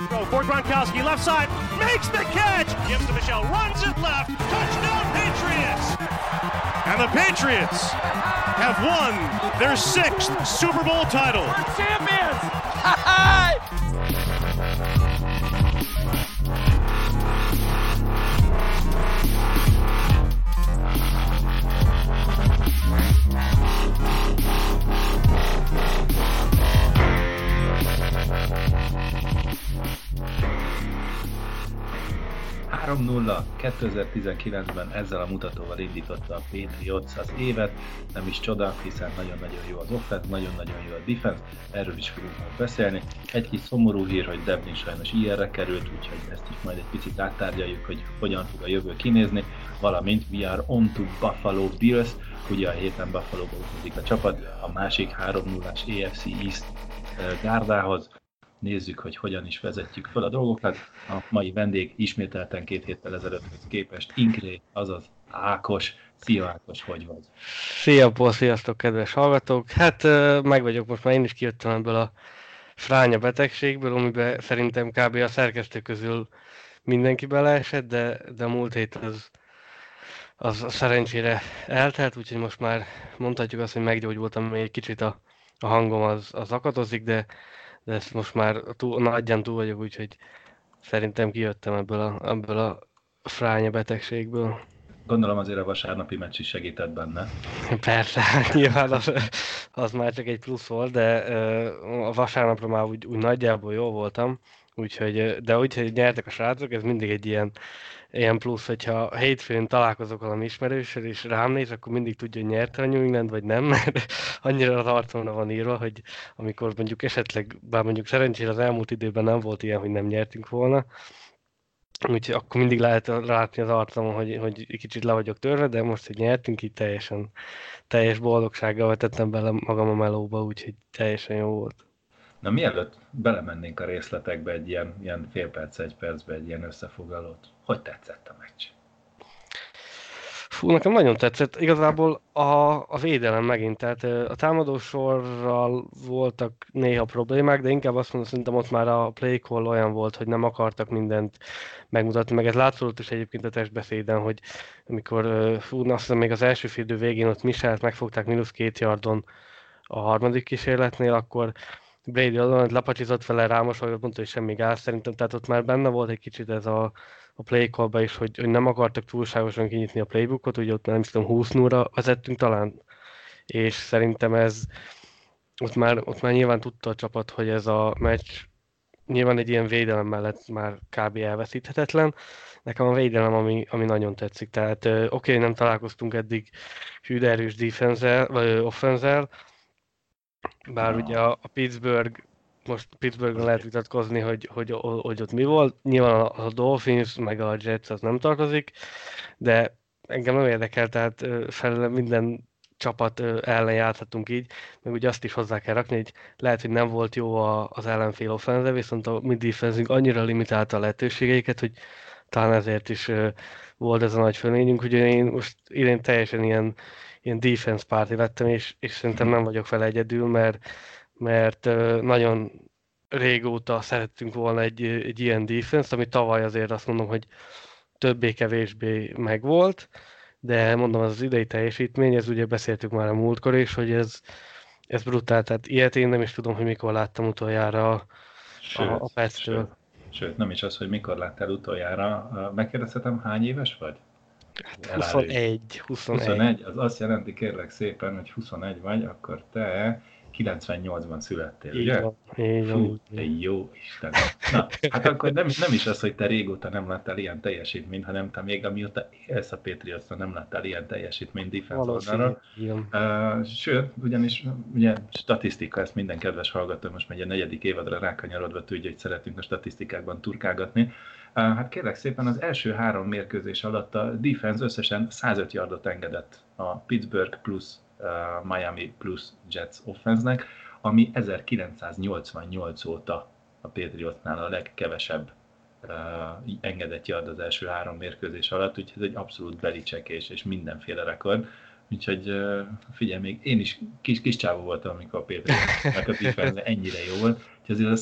Go for Gronkowski, left side, makes the catch! Gives to Michelle, runs it left, touchdown Patriots! And the Patriots have won their 6th Super Bowl title. We're champions! ...3-0 2019-ben ezzel a mutatóval indította a Patriots az évet, nem is csoda, hiszen nagyon-nagyon jó az offense, nagyon-nagyon jó a defense, erről is fogunk majd beszélni. Egy kis szomorú hír, hogy Devlin sajnos ilyenre került, úgyhogy ezt is majd egy picit áttárgyaljuk, hogy hogyan fog a jövő kinézni, valamint we are on to Buffalo Bills, ugye a héten Buffalo-ba utazik a csapat, a másik 3-0-ás AFC East gárdához. Nézzük, hogy hogyan is vezetjük fel a dolgokat. A mai vendég ismételten 2 héttel ezelőtthöz képest Inkré, azaz Ákos. Szia Ákos, hogy vagy? Szia Paul, sziasztok kedves hallgatók! Hát meg vagyok most már, én is kijöttem ebből a fránya betegségből, amiben szerintem kb. A szerkesztő közül mindenki beleesett, de a múlt hét az szerencsére eltelt, úgyhogy most már mondhatjuk azt, hogy meggyógyultam, még egy kicsit a hangom az akadozik, de ezt most már nagyján túl vagyok, úgyhogy szerintem kijöttem ebből a fránya betegségből. Gondolom azért a vasárnapi meccs is segített benne. Persze, nyilván az már csak egy plusz volt, de a vasárnapra már úgy nagyjából jól voltam, de úgyhogy nyertek a srácok, ez mindig egy ilyen plusz, hogyha hétfőn találkozok valami ismerőssel, és rám néz, akkor mindig tudja, hogy nyerte a New England, vagy nem, mert annyira az arcomra van írva, hogy amikor mondjuk esetleg, bár mondjuk szerencsére az elmúlt időben nem volt ilyen, hogy nem nyertünk volna, úgyhogy akkor mindig lehet látni az arcomon, hogy kicsit le vagyok törve, de most, hogy nyertünk, így teljes boldogsággal vetettem bele magam a melóba, úgyhogy teljesen jó volt. Na mielőtt belemennénk a részletekbe egy ilyen fél perc, egy percbe egy ilyen összefoglalót, hogy tetszett a meccs? Fú, nekem nagyon tetszett. Igazából a védelem megint, tehát a támadósorral voltak néha problémák, de inkább azt mondom, szerintem ott már a play call olyan volt, hogy nem akartak mindent megmutatni, meg ez látszott is egyébként a testbeszéden, hogy amikor azt hiszem még az első fél idő végén ott Michelt megfogták -2 yardon a harmadik kísérletnél, akkor Brady azon lapacsizott vele, rámosolygott, mondta, hogy semmi gáz szerintem, tehát ott már benne volt egy kicsit ez a play call-ba is, hogy nem akartak túlságosan kinyitni a playbookot, ugye ott már nem tudom 20-0-ra vezettünk talán, és szerintem ott már nyilván tudta a csapat, hogy ez a meccs nyilván egy ilyen védelem mellett már kb. Elveszíthetetlen. Nekem a védelem, ami nagyon tetszik, tehát oké, nem találkoztunk eddig hű erős defense-el, vagy offense-el, bár ugye a Pittsburghön lehet vitatkozni, hogy ott mi volt. Nyilván a Dolphins, meg a Jets az nem tartozik, de engem nem érdekel, tehát felelően minden csapat ellen játszhatunk így, meg ugye azt is hozzá kell rakni, hogy lehet, hogy nem volt jó az ellenfél offense, viszont a mi defensünk annyira limitálta a lehetőségeiket, hogy talán ezért is volt ez a nagy fölényünk, ugye én most idén teljesen ilyen defense párti lettem, és szerintem nem vagyok vele egyedül, mert nagyon régóta szerettünk volna egy ilyen defense, ami tavaly azért azt mondom, hogy többé-kevésbé megvolt, de mondom, az idei teljesítmény, ez ugye beszéltük már a múltkor is, hogy ez brutál, tehát ilyet én nem is tudom, hogy mikor láttam utoljára a Petstől. Sőt, nem is az, hogy mikor láttál utoljára. Megkérdezhetem, hány éves vagy? 21. Az azt jelenti, kérlek szépen, hogy 21 vagy, akkor te 98-ban születtél, ugye? Így van. Jó Isten. Na, hát akkor nem is az, hogy te régóta nem láttál ilyen teljesítményt, hanem te még amióta élsz a Patriots-on nem láttál ilyen teljesítményt defense oldalra. Sőt, ugyanis ugye statisztika, ezt minden kedves hallgató most megy a 4. évadra rákanyarodva tudja, hogy szeretünk a statisztikákban turkálgatni. Hát kérlek szépen, az első 3 mérkőzés alatt a defense összesen 105 yardot engedett a Pittsburgh plusz Miami plusz Jets offense-nek, ami 1988 óta a Patriotsnál a legkevesebb engedett yard az első 3 mérkőzés alatt, úgyhogy ez egy abszolút belicsekés és mindenféle rekord. Úgyhogy figyelj, még én is kis csávó voltam, amikor a Patriotsnak a defense ennyire jó volt, úgyhogy azért a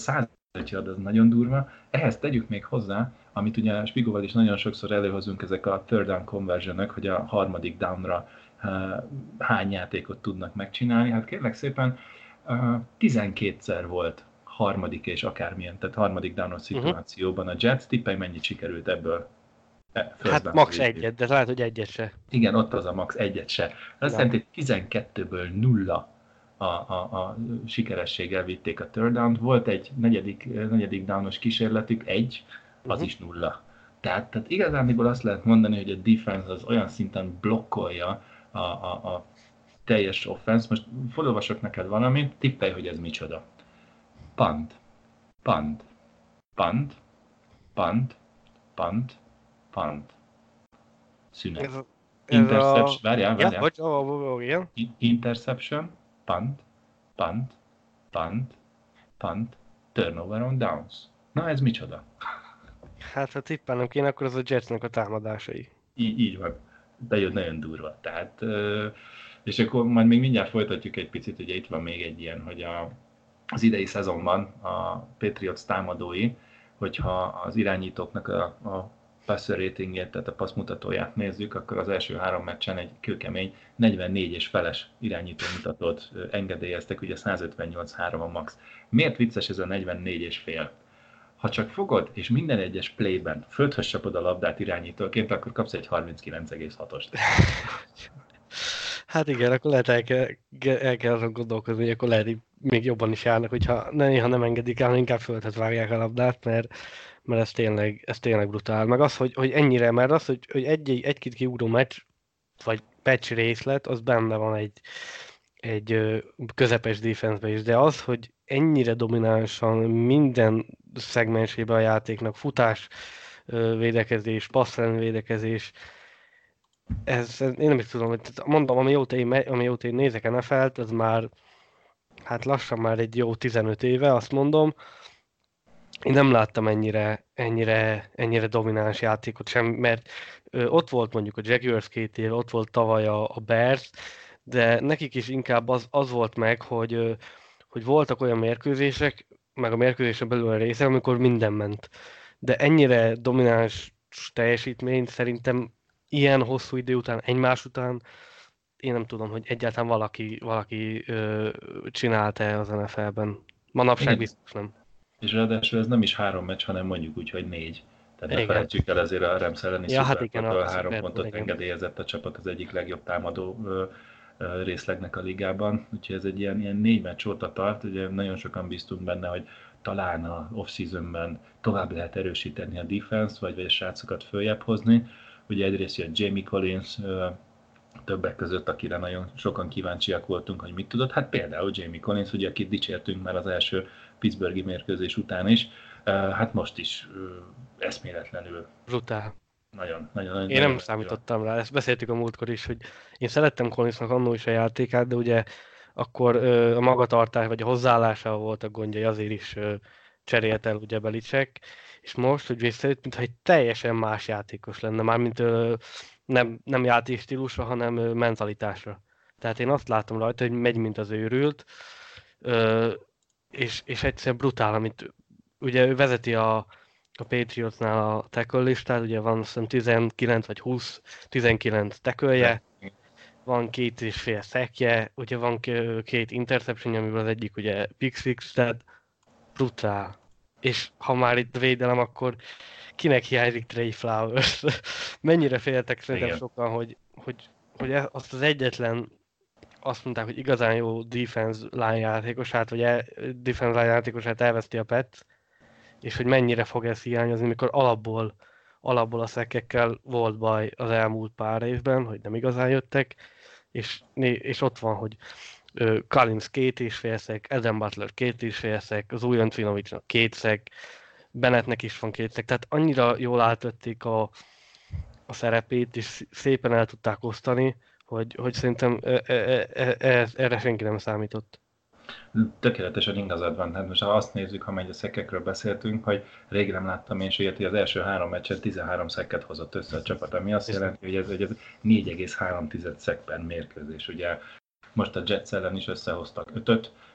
az nagyon durva. Ehhez tegyük még hozzá, amit ugye Spigóval is nagyon sokszor előhozunk, ezek a third down conversionök, hogy a harmadik downra hány játékot tudnak megcsinálni. Hát kérlek szépen, 12-szer volt harmadik és akármilyen, tehát harmadik downos szituációban a Jets. Tippelj, mennyit sikerült ebből? Hát max. Egyet, de lehet, hogy egyet se. Igen, ott az a max. Egyet se. Azt jelenti, hogy 12-ből 0 a sikerességgel vitték a third down-t. Volt egy negyedik downos kísérletük, az is 0. Tehát igazániból azt lehet mondani, hogy a defense az olyan szinten blokkolja a teljes offense. Most felolvasok neked valamit, tippelj, hogy ez micsoda. Punt, punt, punt, punt, punt, punt. Szünet. Interception, várjál. Interception, punt, punt, punt, punt, turnover on downs. Na ez micsoda? Hát ha tippelnem kéne, akkor az a Jetsnek a támadásai. Így van. De jön nagyon durva. Tehát, és akkor majd még mindjárt folytatjuk egy picit, ugye itt van még egy ilyen, hogy az idei szezonban a Patriots támadói, hogyha az irányítóknak a passer ratingjét, tehát a passzmutatóját nézzük, akkor az első 3 meccsen egy kőkemény 44 és feles irányítómutatót engedélyeztek, ugye 158-3 a max. Miért vicces ez a 44 és fél? Ha csak fogod, és minden egyes playben földhöz csapod a labdát irányítóként, akkor kapsz egy 39,6-ost. Hát igen, akkor lehet el kell azon gondolkozni, hogy akkor lehet, hogy még jobban is járnak, hogyha néha nem engedik el, inkább földhez vágják a labdát, mert ez tényleg brutál. Meg az, hogy ennyire, mert az, hogy egy-két kiugró meccs, vagy patch részlet, az benne van egy közepes defense-be is, de az, hogy ennyire dominánsan minden szegmensében a játéknak, futás, védekezés, passzellen védekezés, én nem is tudom, hogy mondom, amióta én nézek NFL-t, az már, hát lassan már egy jó 15 éve, azt mondom, én nem láttam ennyire domináns játékot sem, mert ott volt mondjuk a Jaguars 2 év, ott volt tavaly a Bears, de nekik is inkább az volt meg, hogy voltak olyan mérkőzések, meg a mérkőzésen belül a része, amikor minden ment. De ennyire domináns teljesítmény szerintem ilyen hosszú idő után, egymás után, én nem tudom, hogy egyáltalán valaki csinálta az NFL-ben. Manapság biztos nem. És ráadásul ez nem is 3 meccs, hanem mondjuk úgy, hogy 4. Tehát ne felejtsük el, azért a Rams elleni Super 3 pontot engedélyezett a csapat, az egyik legjobb támadó részlegnek a ligában. Úgyhogy ez egy ilyen 4 meccs óta tart. Ugye nagyon sokan bíztunk benne, hogy talán a off-seasonben tovább lehet erősíteni a defense, vagy a srácokat följebb hozni. Ugye egyrészt jön Jamie Collins, többek között, akire nagyon sokan kíváncsiak voltunk, hogy mit tudott. Hát például Jamie Collins, ugye, akit dicsértünk már az első Pittsburghi mérkőzés után is, hát most is eszméletlenül. Brutál. Nagyon. Én nem számítottam rá, ezt beszéltük a múltkor is, hogy én szerettem Collinsnak annó is a játékát, de ugye akkor a magatartás vagy a hozzáállása volt a gondjai, azért is cserélt el ugye Belichick, és most, hogy visszajött, mintha egy teljesen más játékos lenne, mármint nem játékstílusra, hanem mentalitásra. Tehát én azt látom rajta, hogy megy, mint az őrült, és egyszerűen brutál, amit ugye ő vezeti a Patriotsnál a tackle listát, ugye van azt hiszem 19 vagy 19 tackle-je, van 2,5 sackje, ugye van 2 interception, amiből az egyik ugye pick six, tehát brutál. És ha már itt védelem, akkor kinek hiányzik Trey Flowers? Mennyire féltek szerintem sokan, hogy azt az egyetlen, azt mondták, hogy igazán jó defense line játékosát, vagy defense line játékosát elveszti a Pets, és hogy mennyire fog ez hiányozni, mikor alapból a szekkekkel volt baj az elmúlt pár évben, hogy nem igazán jöttek, és ott van, hogy Collins 2,5 szek, Adam Butler 2,5 szek, az újonc Winovicnak 2 szek, Bennettnek is van 2 szek, tehát annyira jól átvették a szerepét, és szépen el tudták osztani, hogy szerintem erre senki nem számított. Tökéletesen igazad van. Hát most ha azt nézzük, ha a szekkekről beszéltünk, hogy rég nem láttam én se, hogy az első 3 meccsen 13 szekket hozott össze a csapat, ami azt jelenti, hogy ez 4,3 szek per mérkőzés. Ugye most a Jets ellen is összehoztak 5-öt,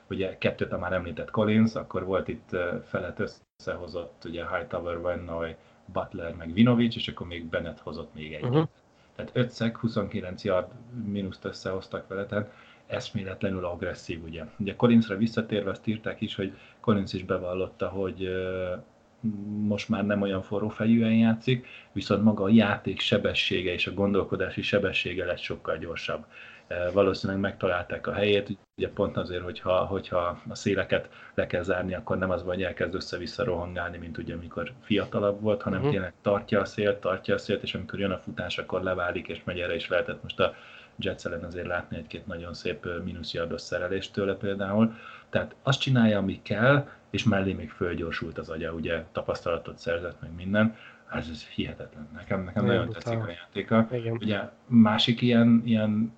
ugye kettőt a már említett Collins, akkor volt itt felet összehozott, ugye Hightower, Van Noy, Butler, meg Vinovich, és akkor még Bennett hozott még egyet. Tehát 5 szek, 29 yard mínuszt összehoztak vele, tehát eszméletlenül agresszív, ugye. Ugye Collinsra visszatérve azt írták is, hogy Collins is bevallotta, hogy most már nem olyan forrófejűen játszik, viszont maga a játék sebessége és a gondolkodási sebessége lett sokkal gyorsabb. Valószínűleg megtalálták a helyét, ugye pont azért, hogyha a széleket le kell zárni, akkor nem az van, hogy elkezd össze-vissza rohangálni, mint ugye amikor fiatalabb volt, hanem tényleg tartja a szélt, és amikor jön a futás, akkor leválik és megy, erre is lehetett most a Jets ellen azért látni egy-két nagyon szép mínuszjardos szerelést tőle például. Tehát azt csinálja, ami kell, és mellé még fölgyorsult az agya, ugye tapasztalatot szerzett meg minden. Ez hihetetlen. Nekem nagyon tetszik a játéka. Igen. Ugye másik ilyen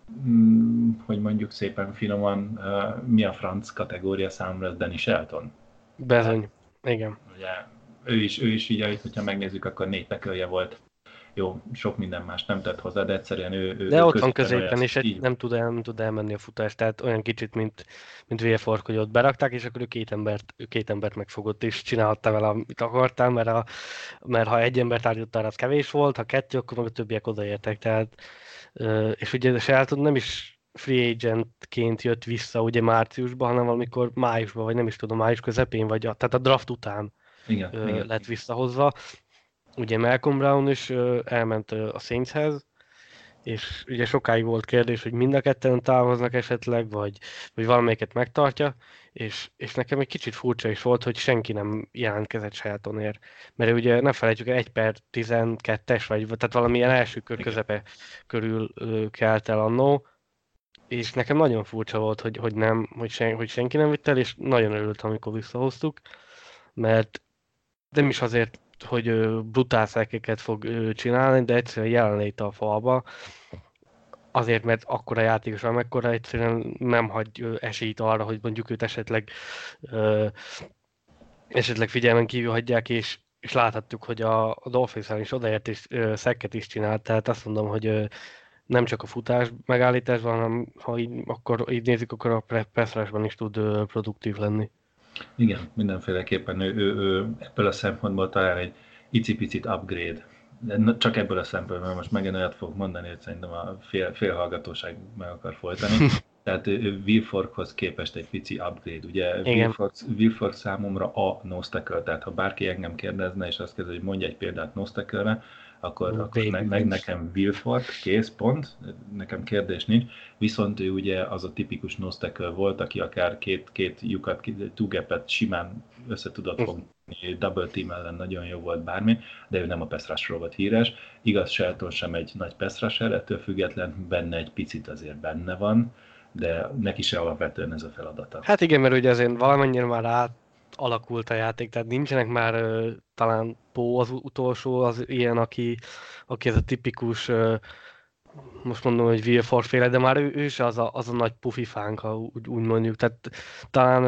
hogy mondjuk szépen finoman, mi a franc kategória számomra, az Danny Shelton. Bizony, igen. Ugye, ő is így, hogyha megnézzük, akkor 4 tackle-je volt. Jó, sok minden más nem tett hozzá, de egyszerűen ő de ott van középen, és nem tud elmenni a futás, tehát olyan kicsit, mint Wilfork, hogy ott berakták, és akkor ő két embert megfogott, és csinálhatta vele, amit akartál, mert ha egy embert állítottál, az kevés volt, ha 2, akkor meg a többiek odaértek, tehát és ugye Shelton nem is free agentként jött vissza ugye márciusban, hanem valamikor májusban, vagy nem is tudom, május közepén, vagy tehát a draft után igen. Lett visszahozva. Ugye Malcolm Brown is elment a Saintshez, és ugye sokáig volt kérdés, hogy mind a ketten távoznak esetleg, vagy valamelyiket megtartja, és nekem egy kicsit furcsa is volt, hogy senki nem jelentkezett Sheltonért. Mert ugye ne felejtjük el, 1/12-es, vagy tehát valamilyen első kör közepe körül kelt el annó, és nekem nagyon furcsa volt, hogy senki nem vitt el, és nagyon örültem, amikor visszahoztuk, mert nem is azért, hogy brutál szekeket fog csinálni, de egyszerűen jelenléte a falba, azért, mert akkora játékos, amekkora egyszerűen nem hagy esélyt arra, hogy mondjuk őt esetleg figyelmen kívül hagyják, és láthattuk, hogy a Dolphins-en is odaért és szekket is csinált, tehát azt mondom, hogy nem csak a futás megállításban, hanem ha így nézzük, akkor a pass-rushban is tud produktív lenni. Igen, mindenféleképpen ő ebből a szempontból talán egy icipicit upgrade. De csak ebből a szempontból, mert most megint olyat fogok mondani, hogy szerintem a félhallgatóság meg akar folytani. Tehát Wilforkhoz képest egy pici upgrade. Ugye Wilfork számomra a nose tackle, tehát ha bárki engem kérdezne, és azt kérdezi, hogy mondj egy példát nose tackle-re, akkor nekem Wilfork, kész, pont, nekem kérdés nincs, viszont ő ugye az a tipikus nose tackle volt, aki akár két lyukat, two gap-et simán össze tudott fogni, double team ellen nagyon jó volt bármi, de ő nem a pass rushról volt híres. Igaz, Shelton sem egy nagy pass rusher, ettől független benne egy picit azért benne van, de neki se alapvetően ez a feladata. Hát igen, mert ugye azért valamennyire már alakult a játék, tehát nincsenek már talán Poe az utolsó, az ilyen, aki ez a tipikus, most mondom, hogy Wilfork féle, de már ő is az a nagy pufifánk, ha úgy mondjuk, tehát talán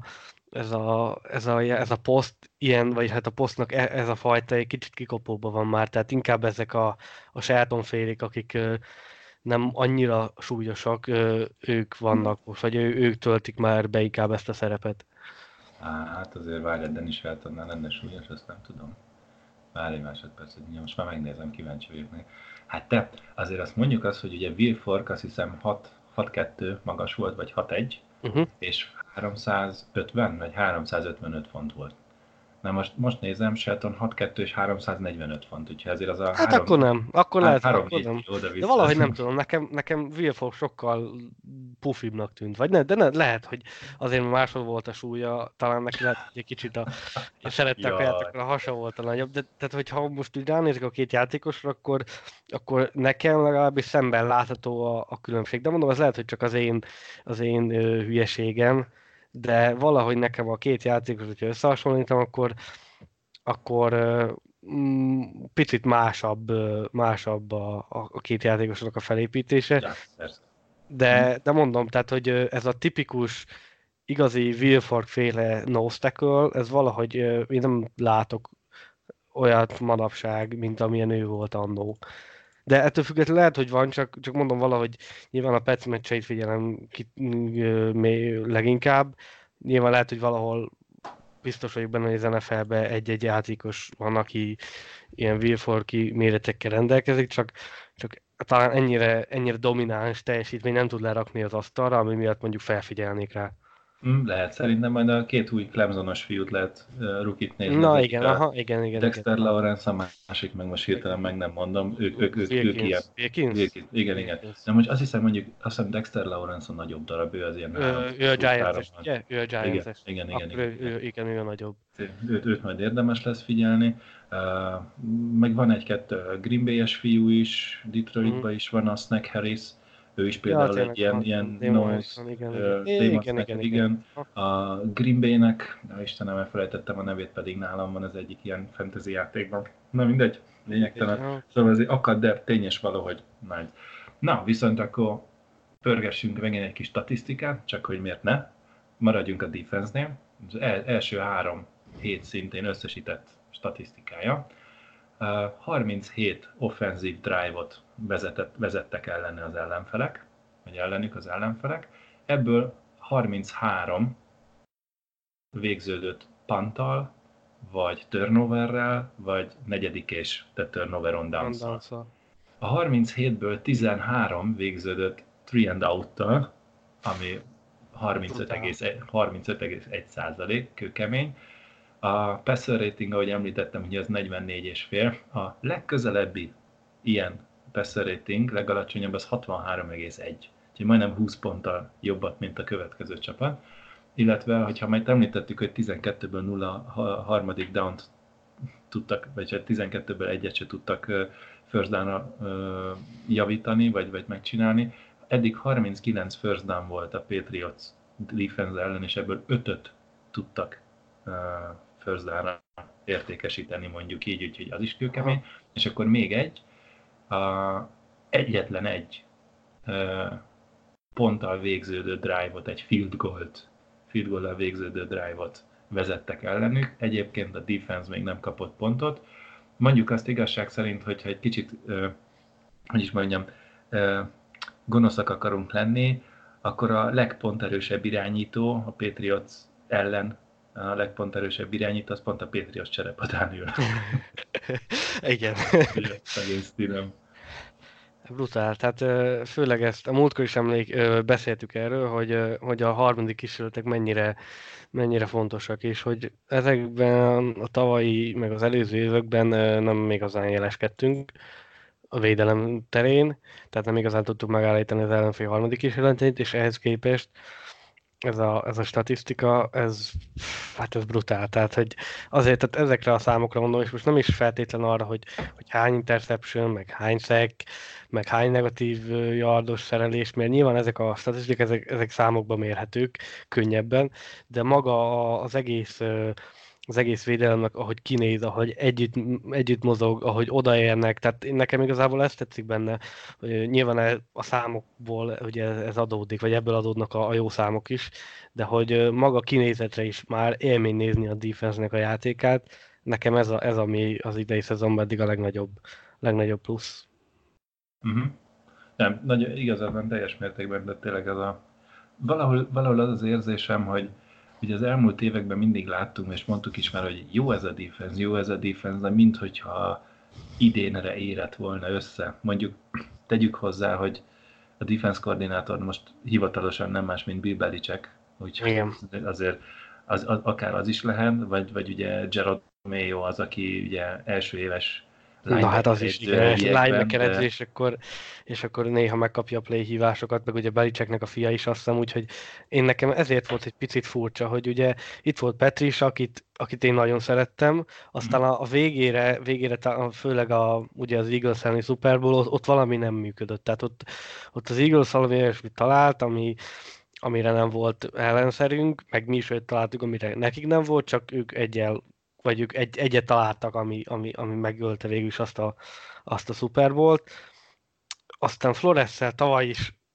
ez a poszt ilyen, vagy hát a posztnak ez a fajta egy kicsit kikopóban van már, tehát inkább ezek a Shelton félék, akik nem annyira súlyosak, ők vannak most, vagy ők töltik már be inkább ezt a szerepet. Hát azért várj, Danny Sheltonnál lenne súlyos, azt nem tudom. Várj egy másodpercet, most már megnézem, kíváncsi vagyok meg. Hát azért azt mondjuk azt, hogy ugye Wilfork azt hiszem 6'2" magas volt, vagy 6'1", és 350 vagy 355 font volt. Na most nézem, Shelton 6'2" és 345 font, úgyhogy ezért az a hát akkor nem, akkor lehet, akkor nem. De valahogy nem tudom, nekem Wilfork sokkal pufibbnak tűnt, vagy ne, de lehet, hogy azért máshol volt a súlya, talán neki lehet, hogy egy kicsit szerettek a játékra, a hasa volt a nagyobb, de tehát hogyha most úgy ránézik a két játékosra, akkor nekem legalábbis szemben látható a különbség. De mondom, ez lehet, hogy csak az én hülyeségem, de valahogy nekem a két játékos, hogyha összehasonlítom, akkor picit másabb a két játékosnak a felépítése. De mondom, tehát, hogy ez a tipikus igazi Wilfork féle nose tackle, ez valahogy én nem látok olyat manapság, mint amilyen ő volt annó. De ettől függetlenül lehet, hogy van, csak mondom valahogy nyilván a Pets meccseit figyelem leginkább. Nyilván lehet, hogy valahol biztos vagyok benne, hogy az NFL-ben egy-egy játékos van, aki ilyen Wilforki méretekkel rendelkezik, csak talán ennyire domináns teljesítmény nem tud lerakni az asztalra, ami miatt mondjuk felfigyelnék rá. Lehet, szerintem majd a két új Clemsonos fiút lehet rukit nézni. Na igen, igen. Dexter Lawrence, a másik meg most hirtelen meg nem mondom, ők ilyen. Wilkins? Igen. De most azt hiszem Dexter Lawrence a nagyobb darab, ő az ilyen ő a Giants-es, ugye? Ő a Giants-es. Igen. Igen, ő a nagyobb. Őt majd érdemes lesz figyelni. Meg van egy-kettő Green Bay-es fiú is, Detroitban is van a Snack Harris, ő is például egy ilyen nose, igen. A Green Bay-nek, Istenem, elfelejtettem a nevét, pedig nálam van az egyik ilyen fantasy játékban. Na mindegy, lényegtelen. Szóval ez akad, de tényes valahogy nagy. Na, viszont akkor pörgessünk megint egy kis statisztikát, csak hogy miért ne. Maradjunk a defense-nél. Az első 3 hét szintén összesített statisztikája. 37 offenzív drive-ot vezettek ellene az ellenfelek, vagy ellenük az ellenfelek. Ebből 33 végződött punttal, vagy turnoverrel, vagy negyedik és turnover on downs-szal. A 37-ből 13 végződött 3 and out-tal, ami 35,1%, kőkemény. A passer rating, ahogy említettem, hogy az 44,5. A legközelebbi ilyen passer rating, legalacsonyabb, az 63,1. Úgyhogy majdnem 20 ponttal jobbat, mint a következő csapat. Illetve, hogyha majd említettük, hogy 12-ből 0 a harmadik down-t tudtak, vagy 12-ből egyet se tudtak first down-ra javítani, vagy megcsinálni. Eddig 39 first down volt a Patriots defense ellen, és ebből 5-öt tudtak first down-ra értékesíteni, mondjuk így, úgyhogy az is kőkemény. És akkor még egyetlen egy ponttal végződő drive-ot, egy field goal-al végződő drive-ot vezettek ellenük. Egyébként a defense még nem kapott pontot. Mondjuk azt igazság szerint, hogyha egy kicsit, gonoszak akarunk lenni, akkor a legponterősebb irányító a Patriots ellen, a legponterősebb irányító, az pont a Patriots cserepadán ül. Igen. Egész stílem. Brutál, tehát főleg ezt, a múltkor is beszéltük erről, hogy a harmadik kísérletek mennyire fontosak, és hogy ezekben a tavalyi, meg az előző években nem igazán jeleskedtünk a védelem terén, tehát nem igazán tudtuk megállítani az ellenfél harmadik kísérletét, és ehhez képest ez a statisztika, ez brutál. Tehát, hogy azért, tehát ezekre a számokra mondom, és most nem is feltétlen arra, hogy hány interception, meg hány sack, meg hány negatív yardos szerelés, mert nyilván ezek a statisztikák, ezek számokban mérhetők könnyebben, de maga az egész védelemnek, ahogy kinéz, ahogy együtt mozog, ahogy odaérnek, tehát nekem igazából ezt tetszik benne, hogy nyilván a számokból ugye ez adódik, vagy ebből adódnak a jó számok is, de hogy maga kinézetre is már élmény nézni a defense-nek a játékát, nekem ez ami az idei szezonban eddig a legnagyobb plusz. Nem, igazad van teljes mértékben, de tényleg valahol az érzésem, hogy ugye az elmúlt években mindig láttunk, és mondtuk is már, hogy jó ez a defense, de minthogyha idénre érett volna össze. Mondjuk tegyük hozzá, hogy a defense koordinátor most hivatalosan nem más, mint Bill Belichick, úgyhogy azért akár az is lehet, vagy ugye Gerard Mayo az, aki ugye első éves na hát az is, igen, linebacker edző, és akkor néha megkapja a play hívásokat, meg ugye Belichicknek a fia is, azt hiszem, úgyhogy nekem ezért volt egy picit furcsa, hogy ugye itt volt Patrice, akit én nagyon szerettem, aztán a végére főleg ugye az Eagles elleni Super Bowl, ott valami nem működött, tehát ott az Eagles valami olyasmit talált, amire nem volt ellenszerünk, meg mi is őt találtuk, amire nekik nem volt, csak ők egyet találtak, ami megölte végül is azt a Super Bowl-t. Aztán Flores-szel tavaly is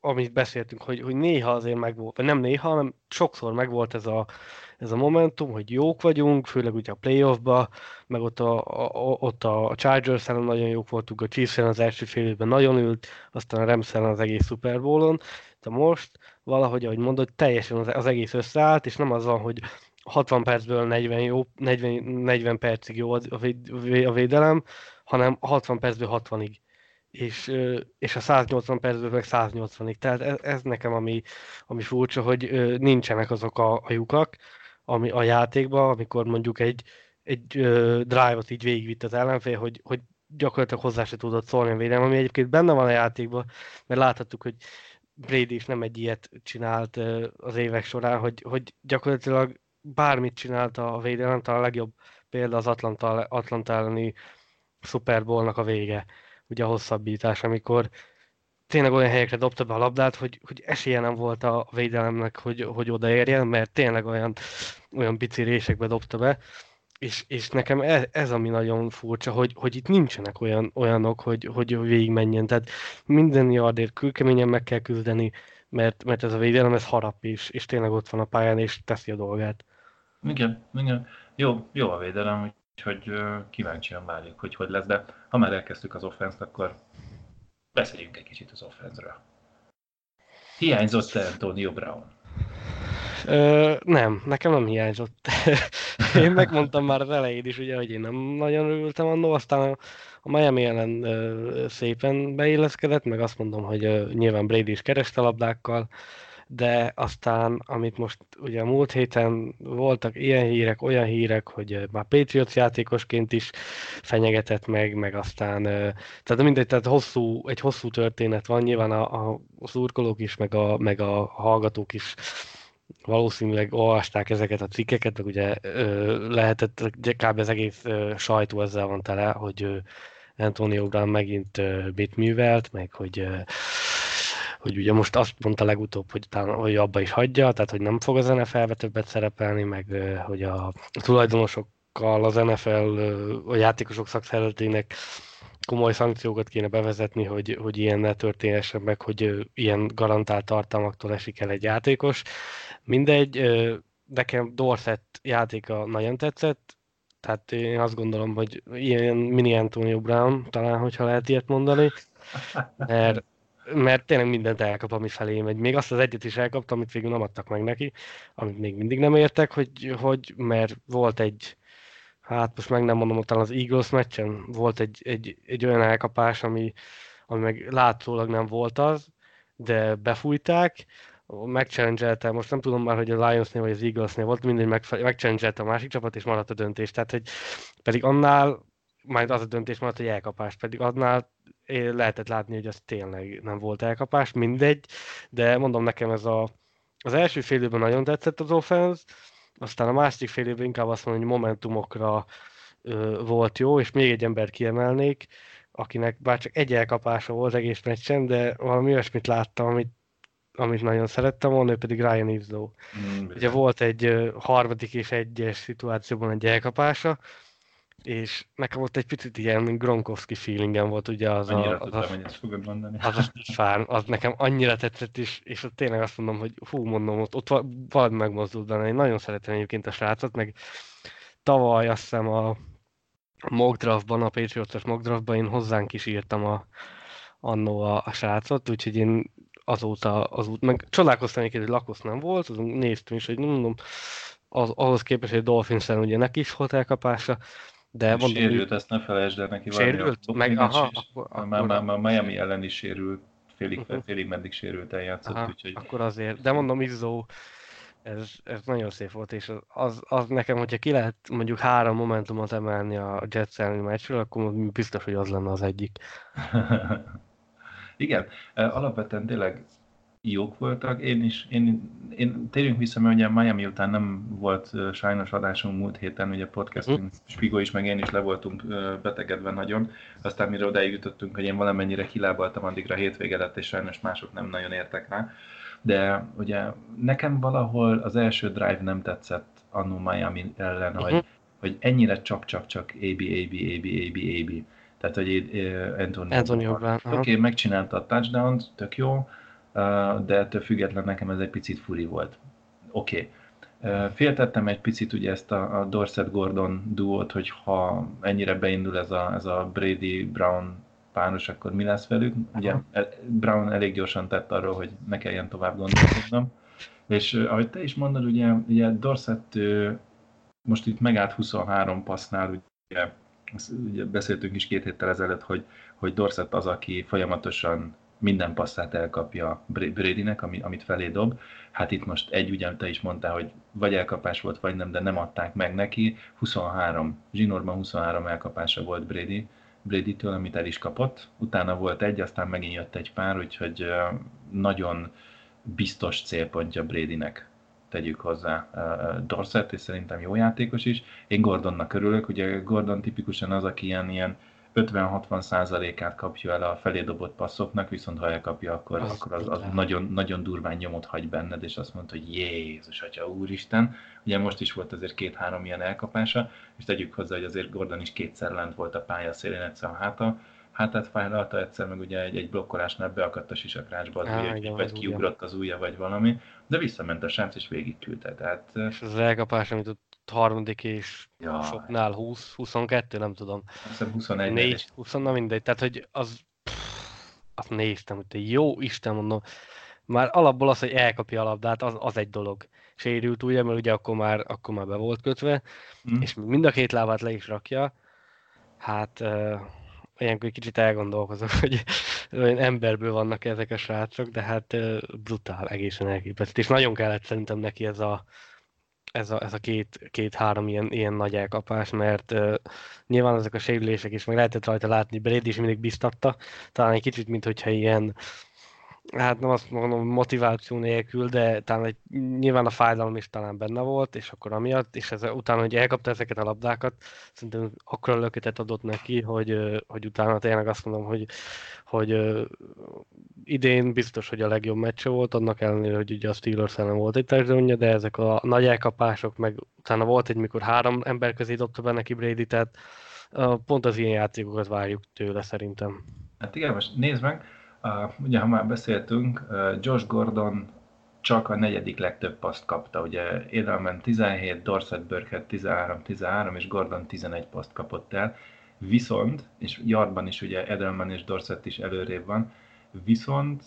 amit beszéltünk, hogy néha azért megvolt, vagy nem néha, hanem sokszor megvolt ez a momentum, hogy jók vagyunk, főleg ugye a playoffba, meg ott a Chargers ellen nagyon jók voltunk, a Chiefs ellen az első fél évben nagyon ült, aztán a Rams ellen az egész Super Bowl-on, de most valahogy, ahogy mondod, teljesen az egész összeállt, és nem az van, hogy 60 percből 40 percig jó a védelem, hanem 60 percből 60-ig. És a 180 percből meg 180-ig. Tehát ez nekem ami furcsa, hogy nincsenek azok a lyukak ami a játékban, amikor mondjuk egy drive-ot így végigvitt az ellenfél, hogy gyakorlatilag hozzá se tudott szólni a védelem, ami egyébként benne van a játékban, mert láthattuk, hogy Brady is nem egy ilyet csinált az évek során, hogy gyakorlatilag bármit csinált a védelem, talán a legjobb példa az Atlanta elleni Super Bowl-nak a vége, ugye a hosszabbítás, amikor tényleg olyan helyekre dobta be a labdát, hogy esélye nem volt a védelemnek, hogy odaérjen, mert tényleg olyan pici résekbe dobta be, és nekem ez ami nagyon furcsa, hogy itt nincsenek olyanok, hogy végigmenjen, tehát minden yardért kőkeményen meg kell küzdeni, mert ez a védelem, ez harap is, és tényleg ott van a pályán, és teszi a dolgát. Igen. Jó a védelem, úgyhogy kíváncsian várjuk, hogy lesz, de ha már elkezdtük az offense-t, akkor beszéljünk egy kicsit az offense-ről. Hiányzott Antonio Brown? Nem, nekem nem hiányzott. Én megmondtam már az elején is, ugye, hogy én nem nagyon örültem annól, aztán a Miami ellen szépen beilleszkedett, meg azt mondom, hogy nyilván Brady is kereste labdákkal, de aztán, amit most ugye a múlt héten voltak ilyen hírek, olyan hírek, hogy már Patriots játékosként is fenyegetett meg aztán, tehát mindegy, tehát egy hosszú történet van, nyilván a szurkolók is, meg a hallgatók is valószínűleg olvasták ezeket a cikkeket, meg ugye lehetett, kb. Az egész sajtó ezzel van tele, hogy Antonio Brown megint mit művelt, meg hogy ugye most azt mondta legutóbb, hogy abba is hagyja, tehát hogy nem fog az NFL-be többet szerepelni, meg hogy a tulajdonosokkal az NFL a játékosok szakszervezetének komoly szankciókat kéne bevezetni, hogy ilyen ne történhessen meg, hogy ilyen garantált tartalmaktól esik el egy játékos. Mindegy, nekem Dorsett játéka nagyon tetszett, tehát én azt gondolom, hogy ilyen mini Antonio Brown, talán, hogyha lehet ilyet mondani, mert tényleg mindent elkap, ami felé megy. Még azt az egyet is elkapta, amit végül nem adtak meg neki, amit még mindig nem értek, mert volt hát most meg nem mondom, talán az Eagles meccsen volt egy olyan elkapás, ami meg látszólag nem volt az, de befújták, megchallengelte, most nem tudom már, hogy a Lionsnél vagy az Eaglesnél volt, mindegy megchallengelte a másik csapat, és maradt a döntés. Tehát, hogy pedig annál, majd az a döntés maradt, hogy elkapás, pedig annál lehetett látni, hogy az tényleg nem volt elkapás, mindegy, de mondom nekem az első fél évben nagyon tetszett az offense, aztán a másik fél évben inkább azt mondom, hogy momentumokra volt jó, és még egy embert kiemelnék, akinek bár csak egy elkapása volt egész meccsen, de valami olyasmit láttam, amit nagyon szerettem volna, ő pedig Ryan Izzo. Ugye volt egy harmadik és egyes szituációban egy elkapása, és nekem ott egy picit ilyen Gronkowski feelingem volt, ugye az az nekem annyira tetszett, és ott tényleg azt mondom, hogy ott valami megmozdult benne. Én nagyon szeretem egyébként a srácot, meg tavaly azt hiszem a mock draftban, a Patriots-os mock draftban én hozzánk is írtam annó a srácot, úgyhogy én azóta meg csodálkoztam egyébként, hogy Lacoste nem volt, néztem is, hogy mondom, ahhoz képest, hogy Dolphins-en ugye neki is volt elkapása, de mondom, sérült, ezt ne felejtsd el neki. Sérült? Már Miami ellen is sérült, félig meddig sérült eljátszott, úgyhogy... Akkor azért, de mondom, Izzo, ez nagyon szép volt, és az nekem, hogyha ki lehet mondjuk 3 momentumot emelni a Jets elleni meccsről, akkor biztos, hogy az lenne az egyik. Igen, alapvetően tényleg jók voltak. Én térjünk vissza, mert ugye Miami után nem volt sajnos adásunk múlt héten, ugye podcastünk, Spigo is, meg én is le voltunk betegedve nagyon. Aztán mire odáig jutottunk, hogy én valamennyire kilábaltam addigra a hétvége lett, és sajnos mások nem nagyon értek rá. De ugye nekem valahol az első drive nem tetszett annó Miami ellen, hogy ennyire csak AB. Tehát, hogy Antonio Brown. Oké, megcsinálta a touchdown-t, tök jó, de ettől függetlenül nekem ez egy picit furi volt. Oké. Féltettem egy picit ugye ezt a Dorset-Gordon duót, hogy ha ennyire beindul ez a Brady-Brown páros, akkor mi lesz velük. Ugye Brown elég gyorsan tett arról, hogy ne kelljen tovább gondolkodnom. És ahogy te is mondod, ugye Dorset most itt megállt 23 passznál, ugye beszéltünk is 2 héttel ezelőtt, hogy Dorset az, aki folyamatosan minden passzát elkapja Bradynek, amit felé dob. Hát itt most ugye te is mondtál, hogy vagy elkapás volt, vagy nem, de nem adták meg neki. 23, zsinórban 23 elkapása volt Bradytől, amit el is kapott. Utána volt egy, aztán megint jött egy pár, úgyhogy nagyon biztos célpontja Bradynek, tegyük hozzá Dorset, és szerintem jó játékos is. Én Gordonnak örülök, ugye Gordon tipikusan az, aki ilyen 50-60%-át kapja el a felé dobott passzoknak, viszont ha elkapja, akkor az nagyon, nagyon durván nyomot hagy benned, és azt mondta, hogy Jézus Atya, Úristen. Ugye most is volt azért 2-3 ilyen elkapása, és tegyük hozzá, hogy azért Gordon is 2-szer lent volt a pálya szélén, egyszer a hátát fájlalta, egyszer meg ugye egy blokkolásnál beakadt a sisakrácsba az ujja, vagy kiugrott az ujja, vagy valami, de visszament a srác és végigküldte. Tehát... És az elkapás, amit ott harmadik és soknál 20-22, nem tudom. Azt hiszem 21. 4, 20, na mindegy. Tehát, hogy azt néztem, hogy te jó Isten, mondom. Már alapból az, hogy elkapja a labdát, az egy dolog. Sérült ugye, mert ugye akkor már be volt kötve, és mind a 2 lábát le is rakja. Hát olyankor egy kicsit elgondolkozok, hogy olyan emberből vannak ezek a srácok, de hát brutál, egészen elképesztő. És nagyon kellett szerintem neki ez a 2-3 ilyen nagy elkapás, mert nyilván ezek a sérülések is, meg lehetett rajta látni, Brady is mindig biztatta, talán egy kicsit, mint hogyha ilyen, hát nem azt mondom motiváció nélkül, de talán nyilván a fájdalom is talán benne volt, és akkor amiatt, és utána, hogy elkapta ezeket a labdákat, szerintem akkora löketet adott neki, hogy utána tényleg azt mondom, hogy idén biztos, hogy a legjobb meccse volt, annak ellenére, hogy ugye a Steelers ellen volt egy touchdownja, de ezek a nagy elkapások, meg utána volt egy, mikor 3 ember közé dobta be neki Brady, tehát pont az ilyen játékokat várjuk tőle szerintem. Hát igen, most nézd meg, ugye ha már beszéltünk, Josh Gordon csak a 4. legtöbb paszt kapta, ugye Edelman 17, Dorset Burkhead 13, és Gordon 11 paszt kapott el, viszont, és yardban is ugye Edelman és Dorset is előrébb van, viszont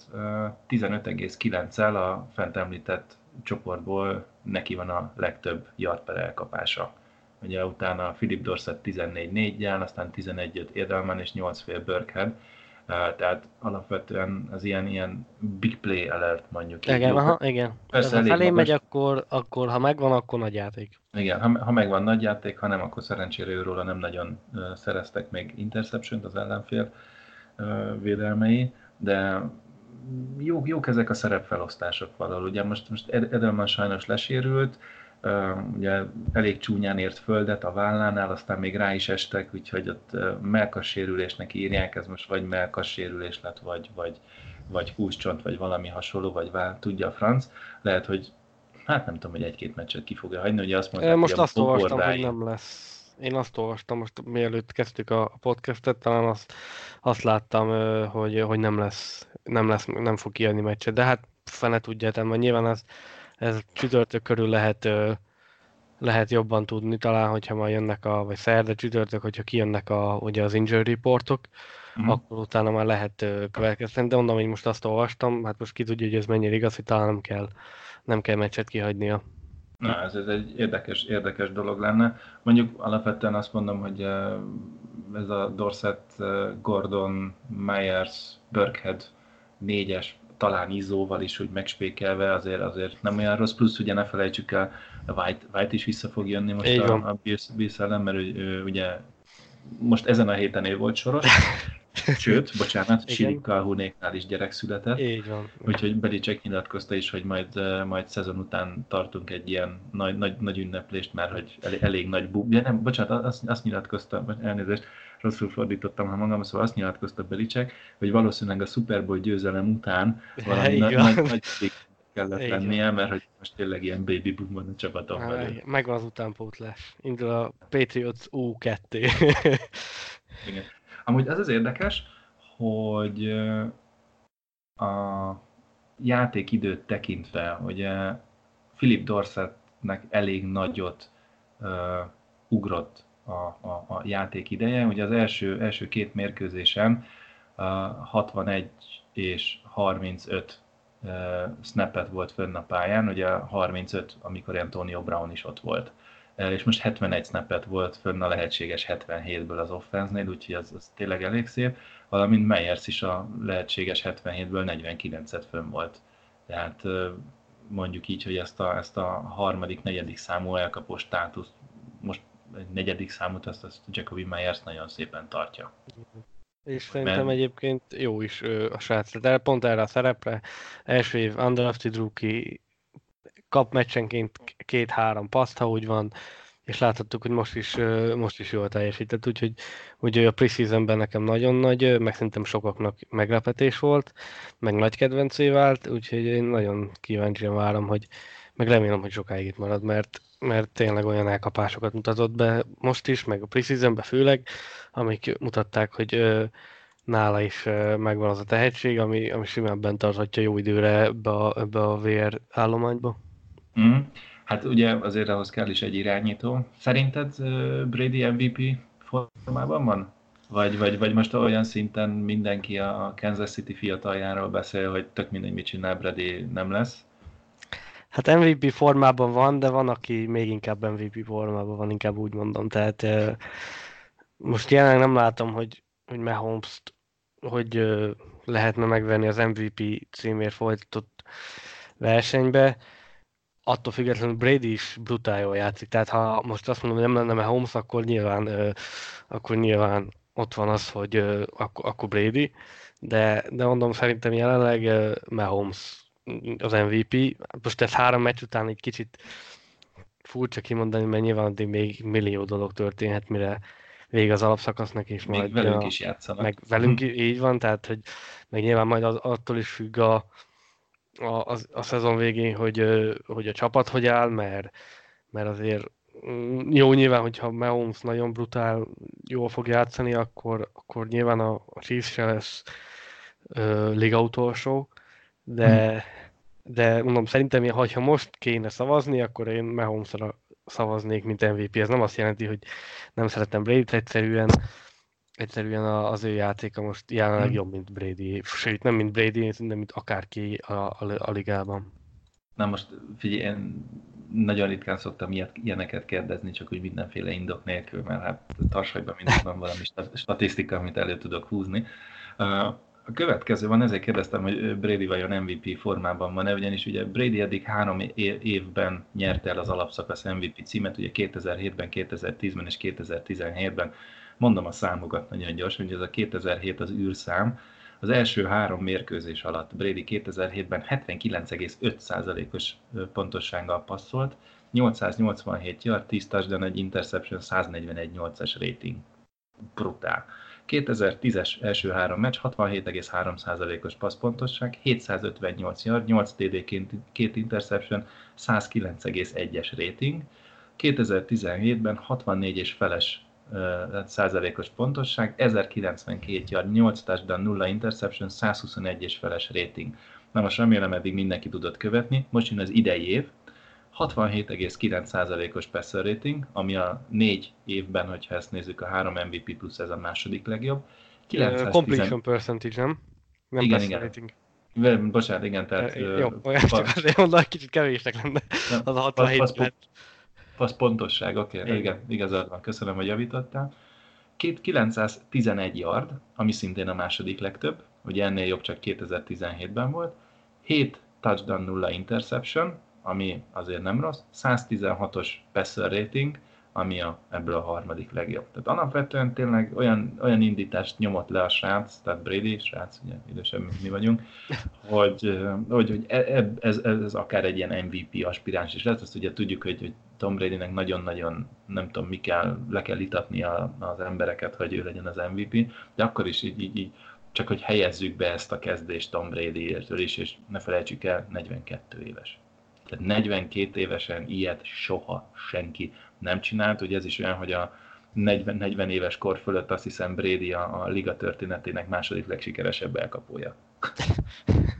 15,9-el a fent említett csoportból neki van a legtöbb yard per elkapása. Ugye utána Philip Dorset 14-4-jel, aztán 11-5 Edelman és 8,5 Burkhead. Tehát alapvetően az ilyen big play alert mondjuk. Igen, igen. Persze ha felé megy, akkor ha megvan, akkor nagy játék. Igen, ha megvan nagy játék, ha nem, akkor szerencsére őróla nem nagyon szereztek még interception-t az ellenfél védelmei, de jók ezek a szerepfelosztások valahol. Ugye most Edelman sajnos lesérült, ugye elég csúnyán ért földet a vállánál, aztán még rá is estek, úgyhogy ott mellkassérülésnek írják, ez most vagy mellkassérülés lett, vagy húscsont, vagy valami hasonló, vagy tudja a franc. Lehet, hogy hát nem tudom, hogy 1-2 meccset ki fogja hagyni, ugye azt mondták, most azt olvastam, hogy nem lesz. Én azt olvastam, most mielőtt kezdtük a podcastet, talán azt láttam, hogy nem fog kijönni meccset, de hát fene tudja, mert nyilván ez csütörtök körül lehet jobban tudni, talán, hogyha majd jönnek vagy szerda csütörtök, hogyha kijönnek ugye az injury reportok, akkor utána már lehet következteni, de mondom, hogy most azt olvastam, hát most ki tudja, hogy ez mennyire igaz, hogy talán nem kell meccset kihagynia. Na, ez egy érdekes dolog lenne. Mondjuk alapvetően azt mondom, hogy ez a Dorset, Gordon, Myers, Burkhead 4-es, talán Izzóval is úgy megspékelve, azért nem olyan rossz, plusz ugye ne felejtsük el, White is vissza fog jönni most a Bills ellen, mert ő ugye most ezen a héten ő volt soros, sőt, bocsánat, Sirik Calhounéknál is gyerek született, úgyhogy Belichick nyilatkozta is, hogy majd szezon után tartunk egy ilyen nagy ünneplést, mert hogy elég nagy bocsánat, azt nyilatkozta, elnézést, rosszul fordítottam, ha magam, szóval azt nyilatkozta Belichick, hogy valószínűleg a Super Bowl győzelem után valami nagy kellett lennie, mert hogy most tényleg ilyen baby boom van a csapaton belül. Megvan az utánpótlás. Indul a Patriots U2. Igen. Amúgy az érdekes, hogy játékidőt tekintve, ugye Philip Dorsetnek elég nagyot ugrott a játék ideje. Ugye az első két mérkőzésen 61 és 35 snappet volt fönn a pályán, ugye 35, amikor Antonio Brown is ott volt. És most 71 snappet volt fönn a lehetséges 77-ből az offense-nél, úgyhogy az tényleg elég szép, valamint Meyers is a lehetséges 77-ből 49-et fönn volt. Tehát mondjuk így, hogy ezt a harmadik, negyedik számú elkapó státuszt, most egy negyedik számút, azt Jacoby Meyers nagyon szépen tartja. És szerintem egyébként jó is a srác, de pont erre a szerepre. Első év undrafted rookie, kap meccsenként 2-3 paszt, ha úgy van, és láthattuk, hogy most is jól teljesített, úgyhogy a preseasonben nekem nagyon nagy, meg szerintem sokaknak meglepetés volt, meg nagy kedvencé vált, úgyhogy én nagyon kíváncsian várom, meg remélem, hogy sokáig itt marad, mert tényleg olyan elkapásokat mutatott be most is, meg a preseasonben főleg, amik mutatták, hogy nála is megvan az a tehetség, ami simán bent tarthatja jó időre ebbe a VR állományba. Hát ugye azért ahhoz kell is egy irányító. Szerinted Brady MVP formában van? Vagy most olyan szinten mindenki a Kansas City fiataljáról beszél, hogy tök mindegy, mit csinál, Brady nem lesz? Hát MVP formában van, de van, aki még inkább MVP formában van, inkább úgy mondom. Tehát most jelenleg nem látom, hogy Mahomes-t hogy lehetne megvenni az MVP címért folytatott versenybe. Attól függetlenül Brady is brutál jól játszik. Tehát ha most azt mondom, hogy nem lenne Mahomes, akkor nyilván ott van az, hogy akkor Brady. De mondom, szerintem jelenleg Mahomes az MVP. Most ez 3 meccs után egy kicsit furcsa kimondani, mert nyilván addig még millió dolog történhet, mire vége az alapszakasznak, és még majd velünk is játszanak. Meg velünk így van, tehát hogy meg nyilván majd attól is függ a szezon végén, hogy a csapat hogy áll, mert azért jó nyilván, hogyha Mahomes nagyon brutál jól fog játszani, akkor nyilván a Chiefs se lesz liga utolsó, de mondom, szerintem, ha most kéne szavazni, akkor én Mahomesra szavaznék, mint MVP. Ez nem azt jelenti, hogy nem szeretem Brady-t, egyszerűen az ő játéka most jelenleg jobb, mint Brady. Sőt, nem mint Brady, de mint akárki a ligában. Na most figyelj, én nagyon ritkán szoktam ilyeneket kérdezni, csak úgy mindenféle indok nélkül, mert hát tartsajban mindig van valami statisztika, amit elő tudok húzni. A következő van, ezért kérdeztem, hogy Brady vajon MVP formában van-e, ugyanis ugye Brady eddig 3 évben nyerte el az alapszakasz MVP címet, ugye 2007-ben, 2010-ben és 2017-ben. Mondom a számokat nagyon gyorsan, hogy ez a 2007 az űrszám. Az első 3 mérkőzés alatt Brady 2007-ben 79,5%-os pontossággal passzolt, 887 yard, 10 touchdown, egy interception, 141.8-as rating. Brutál. 2010-es első 3 meccs, 67,3%-os passzpontosság, 758 yard, 8 TD, 2 interception, 109,1-es rating. 2017-ben 64 és feles százalékos pontosság, 1092 yard, 8 touchdown, 0 interception, 121 és feles rating. Na most remélem eddig mindenki tudott követni, most jön az idei év, 67,9%-os passer rating, ami a 4 évben, hogyha ezt nézzük, a 3 MVP plusz ez a második legjobb. Completion percentage, nem? Nem igen, passer igen. rating. Bocsánat, igen, tehát... Jó, csak azért mondom, hogy kicsit kevésnek lenne az a 67 pontosság, oké, igen, igazad van, köszönöm, hogy javítottál. 911 yard, ami szintén a második legtöbb, ugye ennél jobb csak 2017-ben volt. 7 touchdown, 0 interception, ami azért nem rossz, 116-os passer rating, ami ebből a harmadik legjobb. Tehát alapvetően tényleg olyan indítást nyomott le a srác, tehát Brady, srác, ugye idősebb, mint mi vagyunk, hogy ez akár egy ilyen MVP aspiráns is lesz. Azt ugye tudjuk, hogy Tom Bradynek nagyon-nagyon, nem tudom, le kell itatni az embereket, hogy ő legyen az MVP, de akkor is így csak hogy helyezzük be ezt a kezdést Tom Bradytől is, és ne felejtsük el, 42 éves. Tehát 42 évesen ilyet soha senki nem csinált. Ugye ez is olyan, hogy a 40 éves kor fölött azt hiszem Brady a liga történetének második legsikeresebb elkapója.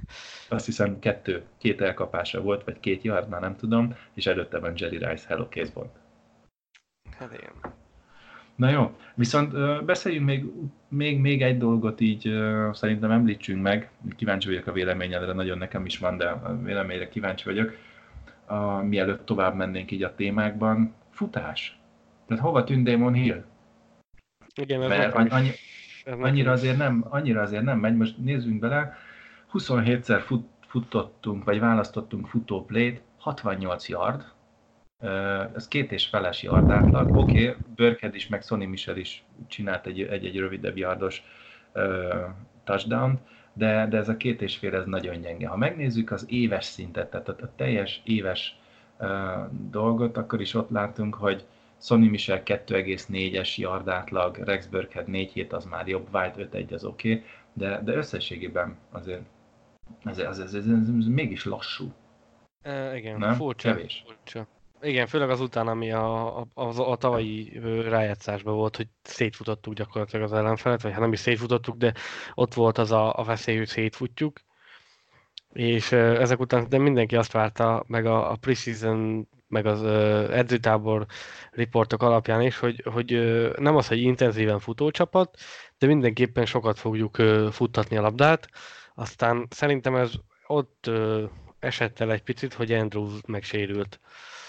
azt hiszem két elkapása volt, vagy 2 yard, már nem tudom, és előtte van Jerry Rice, hello, készpont. Hát igen. Na jó, viszont beszéljünk még egy dolgot így szerintem említsünk meg, kíváncsi vagyok a véleményedre, nagyon nekem is van, de a véleményre kíváncsi vagyok, mielőtt tovább mennénk így a témákban. Futás. Tehát hova tűnt Damon Hill? Igen, ez mert annyira azért nem megy, most nézzünk bele, 27-szer futottunk, vagy választottunk futóplét, 68 yard, ez 2,5 yard átlag. Oké, Burkhead is, meg Sonny Michel is csinált egy rövidebb yardos touchdown, de ez a 2,5 ez nagyon gyenge. Ha megnézzük az éves szintet, tehát a teljes éves dolgot, akkor is ott látunk, hogy Sonny Michel 2,4-es yard átlag, Rex Burkhead 4,7, az már jobb, White 5,1 az oké, de összességében azért ez mégis lassú. Igen, nem? Furcsa. Igen, főleg azután, ami a tavalyi rájátszásban volt, hogy szétfutottuk gyakorlatilag az ellenfelet, vagy hát nem is szétfutottuk, de ott volt az a veszély, hogy szétfutjuk. És ezek után de mindenki azt várta, meg a preseason, meg az edzőtábor riportok alapján is, hogy nem az, hogy intenzíven futócsapat, de mindenképpen sokat fogjuk futtatni a labdát. Aztán szerintem ez ott esett el egy picit, hogy Andrews megsérült.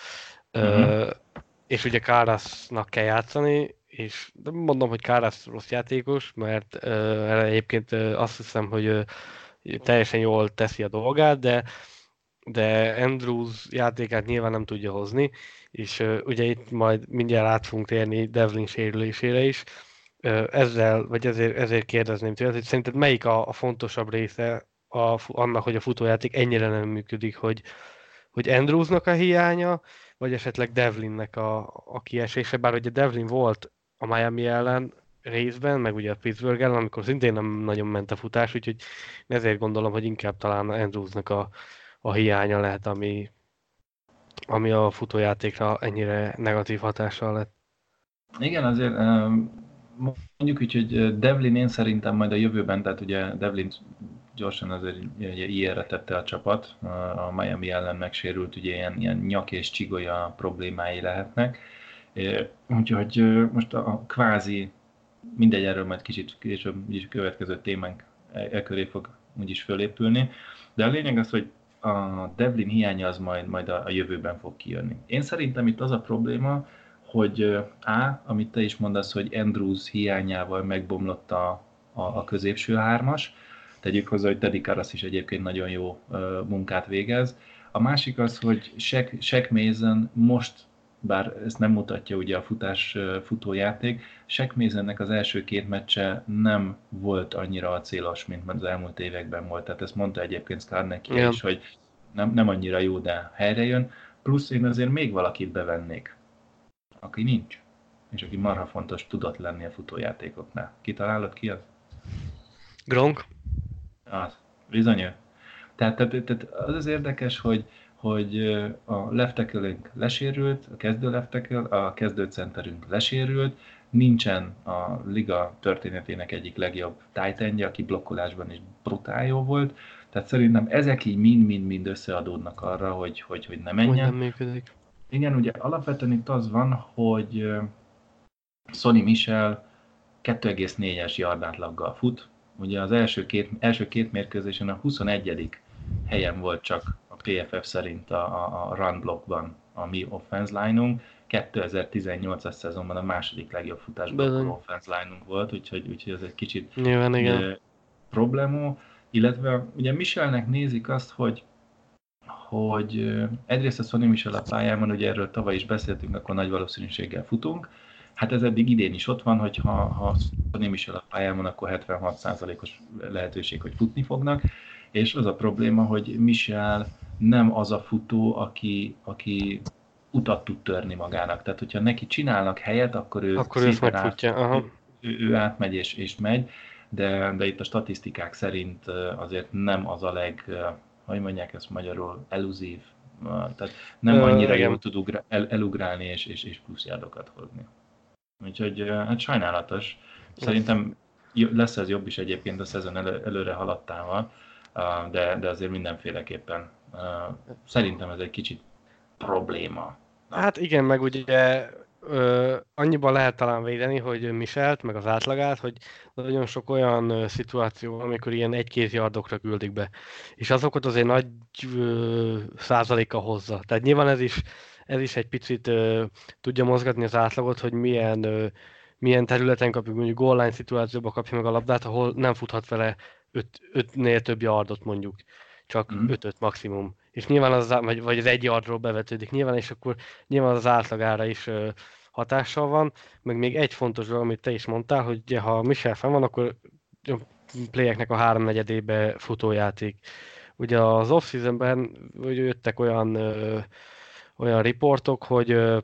És ugye Kárasznak kell játszani, és mondom, hogy Kárász rossz játékos, mert egyébként azt hiszem, hogy teljesen jól teszi a dolgát, de Andrews játékát nyilván nem tudja hozni, és ugye itt majd mindjárt át fogunk térni Devlin sérülésére is. Ezért kérdezném tőled, hogy szerinted melyik a fontosabb része annak, hogy a futójáték ennyire nem működik, hogy Andrewsnak a hiánya, vagy esetleg Devlinnek a kiesése, bár ugye Devlin volt a Miami ellen részben, meg ugye a Pittsburgh ellen, amikor szintén nem nagyon ment a futás, úgyhogy ezért gondolom, hogy inkább talán Andrewsnak a hiánya lehet, ami a futójátékra ennyire negatív hatással lett. Igen, azért mondjuk úgy, hogy Devlin én szerintem majd a jövőben, tehát ugye Devlin gyorsan azért ilyenre tette a csapat, a Miami ellen megsérült, ugye ilyen nyak és csigolya problémái lehetnek. Úgyhogy most a kvázi, mindegy, erről majd kicsit később következő témánk köré fog úgyis fölépülni, de a lényeg az, hogy a Devlin hiánya az majd a jövőben fog kijönni. Én szerintem itt az a probléma, hogy amit te is mondasz, hogy Andrews hiányával megbomlott a középső hármas, tegyük hozzá, hogy Teddy Karras is egyébként nagyon jó munkát végez. A másik az, hogy Shaq Mason most, bár ezt nem mutatja ugye a futójáték, Shaq Masonnek az első 2 meccse nem volt annyira acélos, mint az elmúlt években volt. Tehát ezt mondta egyébként Skarnecki is, hogy nem annyira jó, de helyre jön. Plusz én azért még valakit bevennék, aki nincs, és aki marha fontos tudott lenni a futójátékoknál. Kitalálod ki az? Gronk? Az, bizony ő. Tehát az érdekes, hogy a left tackle-ünk lesérült, a kezdő left tackle, a kezdő centerünk lesérült, nincsen a liga történetének egyik legjobb tight endje, aki blokkolásban is brutál jó volt. Tehát szerintem ezek így mind összeadódnak arra, hogy ne menjen. Hogy nem működik. Igen, ugye alapvetően itt az van, hogy Sonny Michel 2,4-es yard átlaggal fut. Ugye az első két mérkőzésen a 21. helyen volt csak a PFF szerint a run blockban a mi offense line-unk. 2018-as szezonban a második legjobb futásblokkoló offense line-unk volt, úgyhogy ez egy kicsit probléma. Illetve ugye Michelnek nézik azt, hogy egyrészt a Sonny Michel a pályán, ugye erről tavaly is beszéltünk, akkor nagy valószínűséggel futunk. Hát ez eddig idén is ott van, hogy ha Sonny Michel a pályán van, akkor 76%-os lehetőség, hogy futni fognak. És az a probléma, hogy Michel nem az a futó, aki utat tud törni magának. Tehát, hogyha neki csinálnak helyet, akkor ő szépen ő átmegy és megy. De itt a statisztikák szerint azért nem az a hogy mondják ezt magyarul, eluzív, tehát nem annyira jól tud elugrálni és plusz yardokat hozni. Úgyhogy hát sajnálatos. Szerintem lesz ez jobb is egyébként a szezon előre haladtával, de azért mindenféleképpen szerintem ez egy kicsit probléma. Hát igen, meg ugye annyiban lehet talán védeni, hogy Michelt, meg az átlagát, hogy nagyon sok olyan szituáció, amikor ilyen egy-két yardokra küldik be. És azokat azért nagy százaléka hozza. Tehát nyilván ez is egy picit tudja mozgatni az átlagot, hogy milyen területen kapjuk, mondjuk goal line szituációba kapja meg a labdát, ahol nem futhat vele 5-nél több yardot mondjuk, csak 5-5 maximum. És nyilván vagy az egy yardról bevetődik nyilván, és akkor nyilván az átlagára is hatással van. Meg még egy fontos dolog, amit te is mondtál, hogy ugye, ha Michel fenn van, akkor a playeknek a 3/4-ébe futójáték. Ugye az off-seasonben jöttek olyan riportok, hogy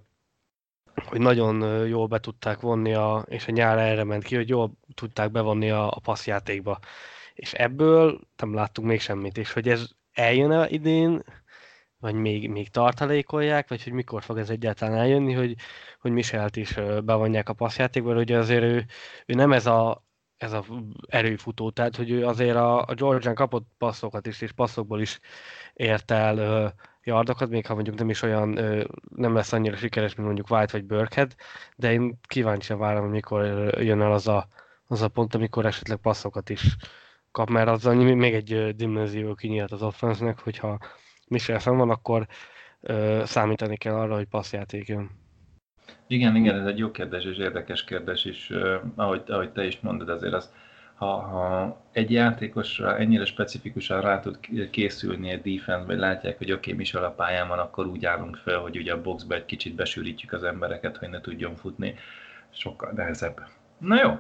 nagyon jól be tudták vonni, és a nyár erre ment ki, hogy jól tudták bevonni a passzjátékba. És ebből nem láttuk még semmit, és hogy ez eljön-e idén, vagy még tartalékolják, vagy hogy mikor fog ez egyáltalán eljönni, hogy Michelt is bevonják a passzjátékba, ugye azért ő nem ez a erőfutó, tehát hogy ő azért a Georgian kapott passzokat is, és passzokból is ért el yardokat, még ha mondjuk nem is olyan, nem lesz annyira sikeres, mint mondjuk White vagy Burkhead, de én kíváncsian várom, hogy mikor jön el az a pont, amikor esetleg passzokat is kap, mert azzal még egy dimenzió kinyílt az offense-nek, hogyha Michel fenn van, akkor számítani kell arra, hogy passzjáték jön. Igen, ez egy jó kérdés és érdekes kérdés is, ahogy te is mondod, azért az, ha egy játékosra ennyire specifikusan rá tud készülni egy defense, vagy látják, hogy oké, Michel a pályán van, akkor úgy állunk fel, hogy ugye a boxba egy kicsit besűrítjük az embereket, hogy ne tudjon futni. Sokkal nehezebb. Na jó,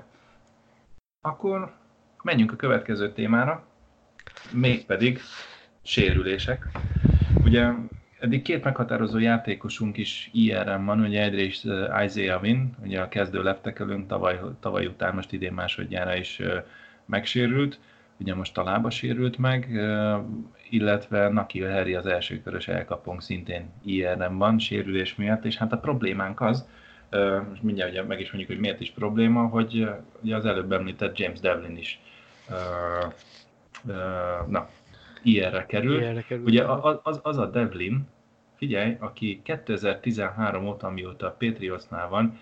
akkor menjünk a következő témára, mégpedig sérülések. Ugye eddig két meghatározó játékosunk is IR-en van, ugye egyrészt Isaiah Wynn, ugye a kezdő leftekelőnk tavaly után most idén másodjára is megsérült, ugye most a lába sérült meg, illetve N'Keal Harry az elsőkörös elkapónk szintén IR-en van sérülés miatt, és hát a problémánk az, most mindjárt ugye meg is mondjuk, hogy miért is probléma, hogy ugye az előbb említett James Devlin is IR-re került. Ugye az a Devlin, figyelj, aki 2013 óta, mióta a Patriotsnál van,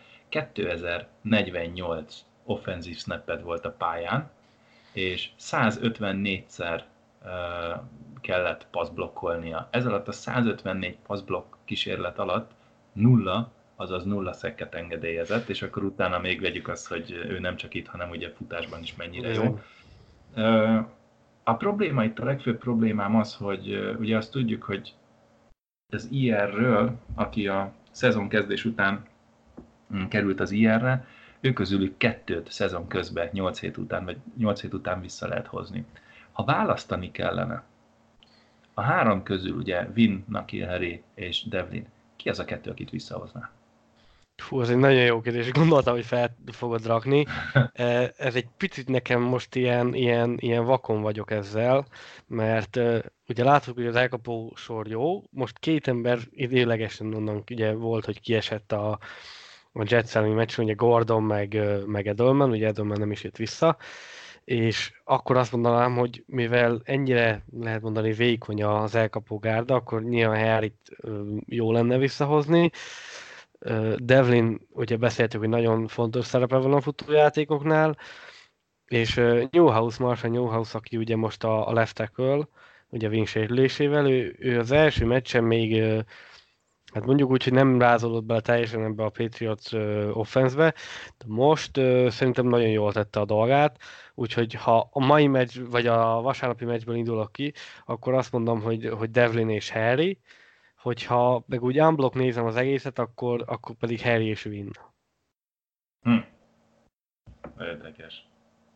2048 offenzív snapped volt a pályán, és 154-szer kellett passzblokkolnia. Ez alatt a 154 passzblokk kísérlet alatt azaz 0 szekket engedélyezett, és akkor utána még vegyük azt, hogy ő nem csak itt, hanem ugye futásban is mennyire jó. A probléma itt, a legfőbb problémám az, hogy ugye azt tudjuk, hogy az IR-ről, aki a szezon kezdés után került az IR-re, ő közülük 2 szezon közben 8 hét után vissza lehet hozni. Ha választani kellene, a 3 közül ugye Wynn, N'Keal Harry és Devlin, ki az a 2, akit visszahozná? Fú, ez egy nagyon jó kérdés, gondoltam, hogy fel fogod rakni. Ez egy picit nekem most ilyen vakon vagyok ezzel, mert ugye látjuk, hogy az elkapó sor jó, most 2 ember időlegesen onnan ugye volt, hogy kiesett a Jets elleni meccsen, ugye Gordon meg Edelman, ugye Edelman nem is jött vissza, és akkor azt mondanám, hogy mivel ennyire lehet mondani vékony az elkapó gárda, akkor nyilván Harryt jó lenne visszahozni. Devlin, ugye beszéltük, hogy nagyon fontos szerepe van a futójátékoknál, és Marshall Newhouse, aki ugye most a left tackle, ugye Wynn sérülésével, ő az első meccsen még, hát mondjuk úgy, hogy nem rázolott bele teljesen ebbe a Patriots offense-be, de most szerintem nagyon jól tette a dolgát, úgyhogy ha a mai meccs, vagy a vasárnapi meccsből indulok ki, akkor azt mondom, hogy Devlin és Harry, hogyha meg úgy unblock nézem az egészet, akkor pedig Harry és Wynn. Érdekes.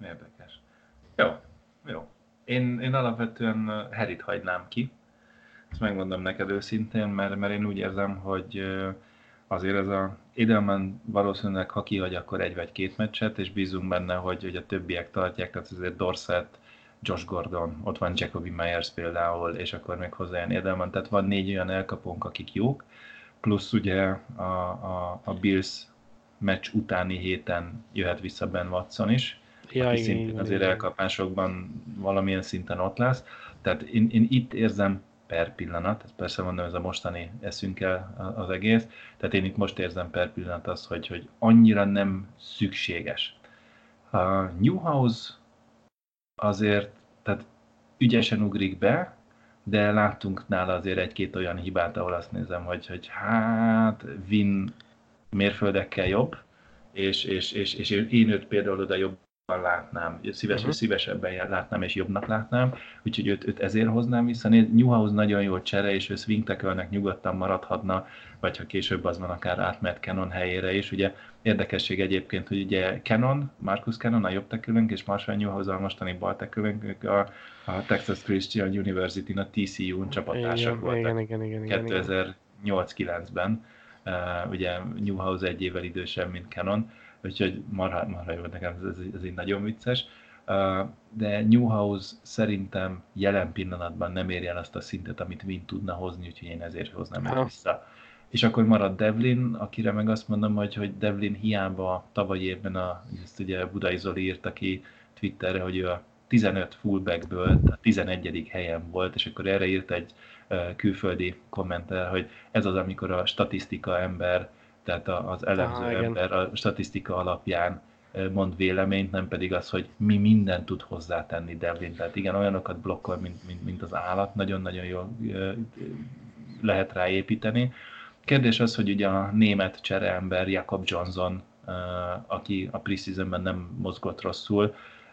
Jó. Én alapvetően Harryt hagynám ki. Ezt megmondom neked őszintén, mert én úgy érzem, hogy azért ez a Edelman valószínűleg, ha kihagy, akkor 1 vagy 2 meccset, és bízunk benne, hogy a többiek tartják, tehát azért Dorsett, Josh Gordon, ott van Jacoby Myers például, és akkor még hozzájön Edelman, tehát van 4 olyan elkapónk, akik jók, plusz ugye a Bills meccs utáni héten jöhet vissza Ben Watson is, aki szintén azért elkapásokban valamilyen szinten ott lesz. Tehát én itt érzem per pillanat, ez persze mondom, ez a mostani eszünkkel az egész, tehát én itt most érzem per pillanat azt, hogy annyira nem szükséges. A Newhouse azért, tehát ügyesen ugrik be, de láttunk nála azért egy-két olyan hibát, ahol azt nézem, hogy hát Vin mérföldekkel jobb, és én őt például oda jobban látnám, szívesebben látnám és jobbnak látnám, úgyhogy őt ezért hoznám vissza. Newhouse nagyon jó csere, és ő swing tackle-nek nyugodtan maradhatna, vagy ha később az van, akár átmehet Cannon helyére is. Ugye érdekesség egyébként, hogy ugye Marcus Cannon a jobb tackle-ünk, és Marshall Newhouse a mostani bal tackle-ünk a Texas Christian University-n, a TCU-n csapattársak voltak 2008-9-ben. Ugye Newhouse egy évvel idősebb, mint Cannon, úgyhogy marha jó, nekem ez így nagyon vicces. De Newhouse szerintem jelen pillanatban nem érje el azt a szintet, amit Vin tudna hozni, úgyhogy én ezért hoznám vissza. És akkor marad Devlin, akire meg azt mondom, hogy Devlin hiába tavaly évben ezt ugye Budai Zoli írta ki Twitterre, hogy ő a 15 fullbackből a 11. helyen volt, és akkor erre írt egy külföldi kommentel, hogy ez az, amikor a statisztika ember, tehát az elemző ember a statisztika alapján mond véleményt, nem pedig az, hogy mi mindent tud hozzátenni Devlin. Tehát igen, olyanokat blokkol, mint az állat, nagyon-nagyon jól lehet rá építeni. Kérdés az, hogy ugye a német csereember Jakob Johnson, aki a preseasonben nem mozgott rosszul,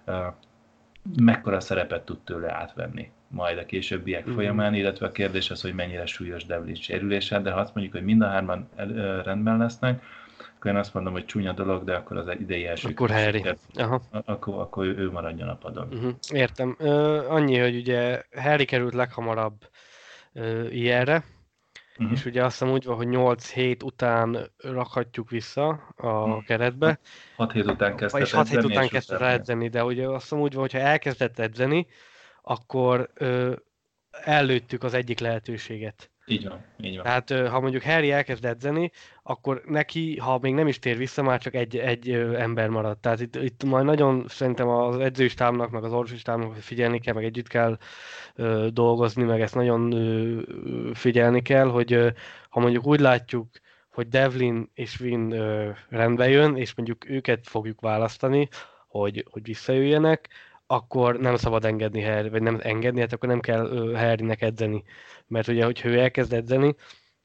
mekkora szerepet tud tőle átvenni majd a későbbiek folyamán, illetve a kérdés az, hogy mennyire súlyos Devlin sérülése, de ha azt mondjuk, hogy mind a hárman rendben lesznek, akkor én azt mondom, hogy csúnya dolog, de akkor az idei első akkor Harry. Akkor ő maradjon a padon. Értem. Annyi, hogy ugye Harry került leghamarabb ilyenre, és ugye azt hiszem úgy van, hogy 8 hét után rakhatjuk vissza a keretbe. 6 hét után kezdett edzeni. 6 hét után kezdett edzeni, de ugye azt hiszem úgy van, hogy ha elkezdett edzeni, akkor ellőttük az egyik lehetőséget. Így van. Tehát ha mondjuk Harry elkezd edzeni, akkor neki, ha még nem is tér vissza, már csak egy ember marad. Tehát itt majd nagyon szerintem az edzőstábnak, meg az orvosistábnak figyelni kell, meg együtt kell dolgozni, meg ezt nagyon figyelni kell, hogy ha mondjuk úgy látjuk, hogy Devlin és Vin rendbe jön, és mondjuk őket fogjuk választani, hogy visszajöjjenek, akkor nem szabad engedni Harry, vagy nem engedni, hát akkor nem kell Harrynek edzeni. Mert ugye, hogyha ő elkezd edzeni,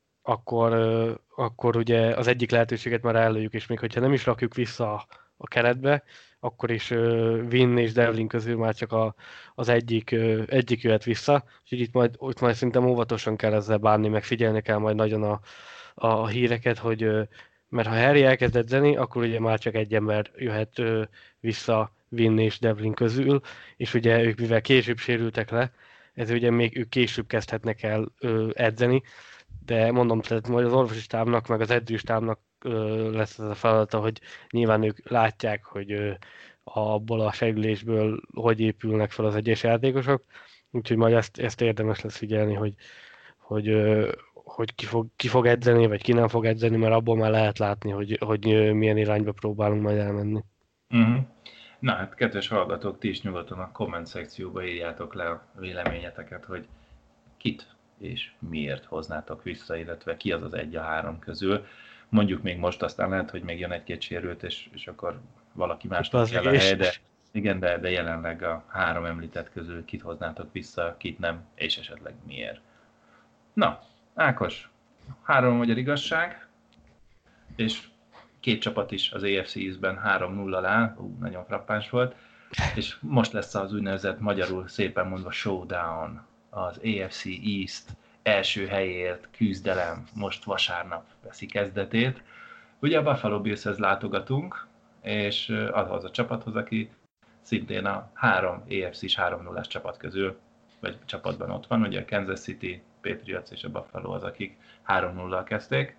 akkor ugye az egyik lehetőséget már ellőjük, és még hogyha nem is rakjuk vissza a keretbe, akkor is Vin és Devlin közül már csak az egyik jöhet vissza. Úgyhogy itt majd szerintem óvatosan kell ezzel bánni, meg figyelni kell majd nagyon a híreket, hogy mert ha Harry elkezd edzeni, akkor ugye már csak egy ember jöhet vissza Vin és Devlin közül, és ugye ők mivel később sérültek le, ezért ugye még ők később kezdhetnek el edzeni, de mondom, tehát majd az orvosi stábnak, meg az edzőstábnak lesz ez a feladata, hogy nyilván ők látják, hogy abból a sérülésből hogy épülnek fel az egyes játékosok, úgyhogy majd ezt érdemes lesz figyelni, hogy ki fog edzeni, vagy ki nem fog edzeni, mert abból már lehet látni, hogy milyen irányba próbálunk majd elmenni. Na hát, kedves hallgatók, ti is nyugodtan a komment szekcióba írjátok le a véleményeteket, hogy kit és miért hoznátok vissza, illetve ki az az 1-3 közül. Mondjuk még most, aztán lehet, hogy még jön egy-két sérült, és akkor valaki másnak kell a hely, de igen, de jelenleg a 3 említett közül kit hoznátok vissza, kit nem, és esetleg miért. Na, Ákos, 3 magyar igazság, és 2 csapat is az AFC East-ben 3-0 áll, nagyon frappáns volt, és most lesz az úgynevezett magyarul szépen mondva showdown, az AFC East első helyért küzdelem most vasárnap veszi kezdetét. Ugye a Buffalo Billshez látogatunk, és ahhoz a csapathoz, aki szintén a 3 AFC-s 3-0-ás csapat közül, vagy csapatban ott van, ugye a Kansas City, Patriots és a Buffalo az, akik 3-0-al kezdték.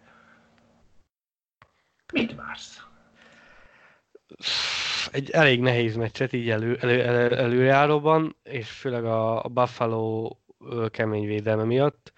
Mit vársz? Egy elég nehéz meccset így előjáróban, és főleg a Buffalo kemény védelme miatt.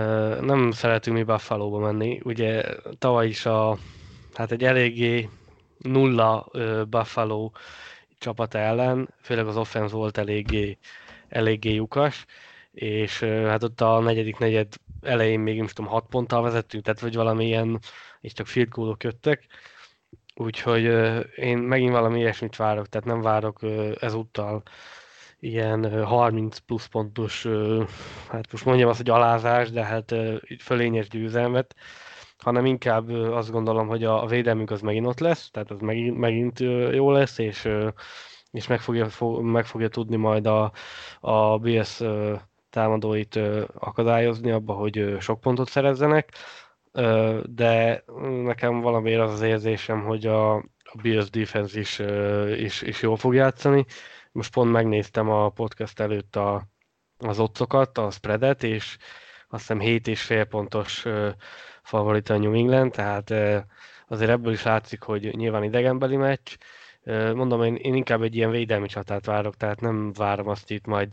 Nem szeretünk mi Buffalo-ba menni. Ugye tavaly is egy eléggé 0 Buffalo csapat ellen, főleg az offense volt eléggé lyukas, és hát ott a negyedik negyed elején még nem tudom 6 ponttal vezettünk, tehát vagy valami ilyen, és csak field goalok jöttek, úgyhogy én megint valami ilyesmit várok, tehát nem várok ezúttal ilyen 30 plusz pontos, hát most mondjam azt, hogy alázás, de hát fölényes győzelmet, hanem inkább azt gondolom, hogy a védelmünk az megint ott lesz, tehát az megint jó lesz, és meg fogja tudni majd a BS támadóit akadályozni abba, hogy sok pontot szerezzenek, de nekem valamiért az érzésem, hogy a BS defense is jól fog játszani. Most pont megnéztem a podcast előtt az oddszokat, a spreadet, és azt hiszem 7,5 pontos favorit a New England, tehát azért ebből is látszik, hogy nyilván idegenbeli meccs. Mondom, én inkább egy ilyen védelmi csatát várok, tehát nem várom azt itt majd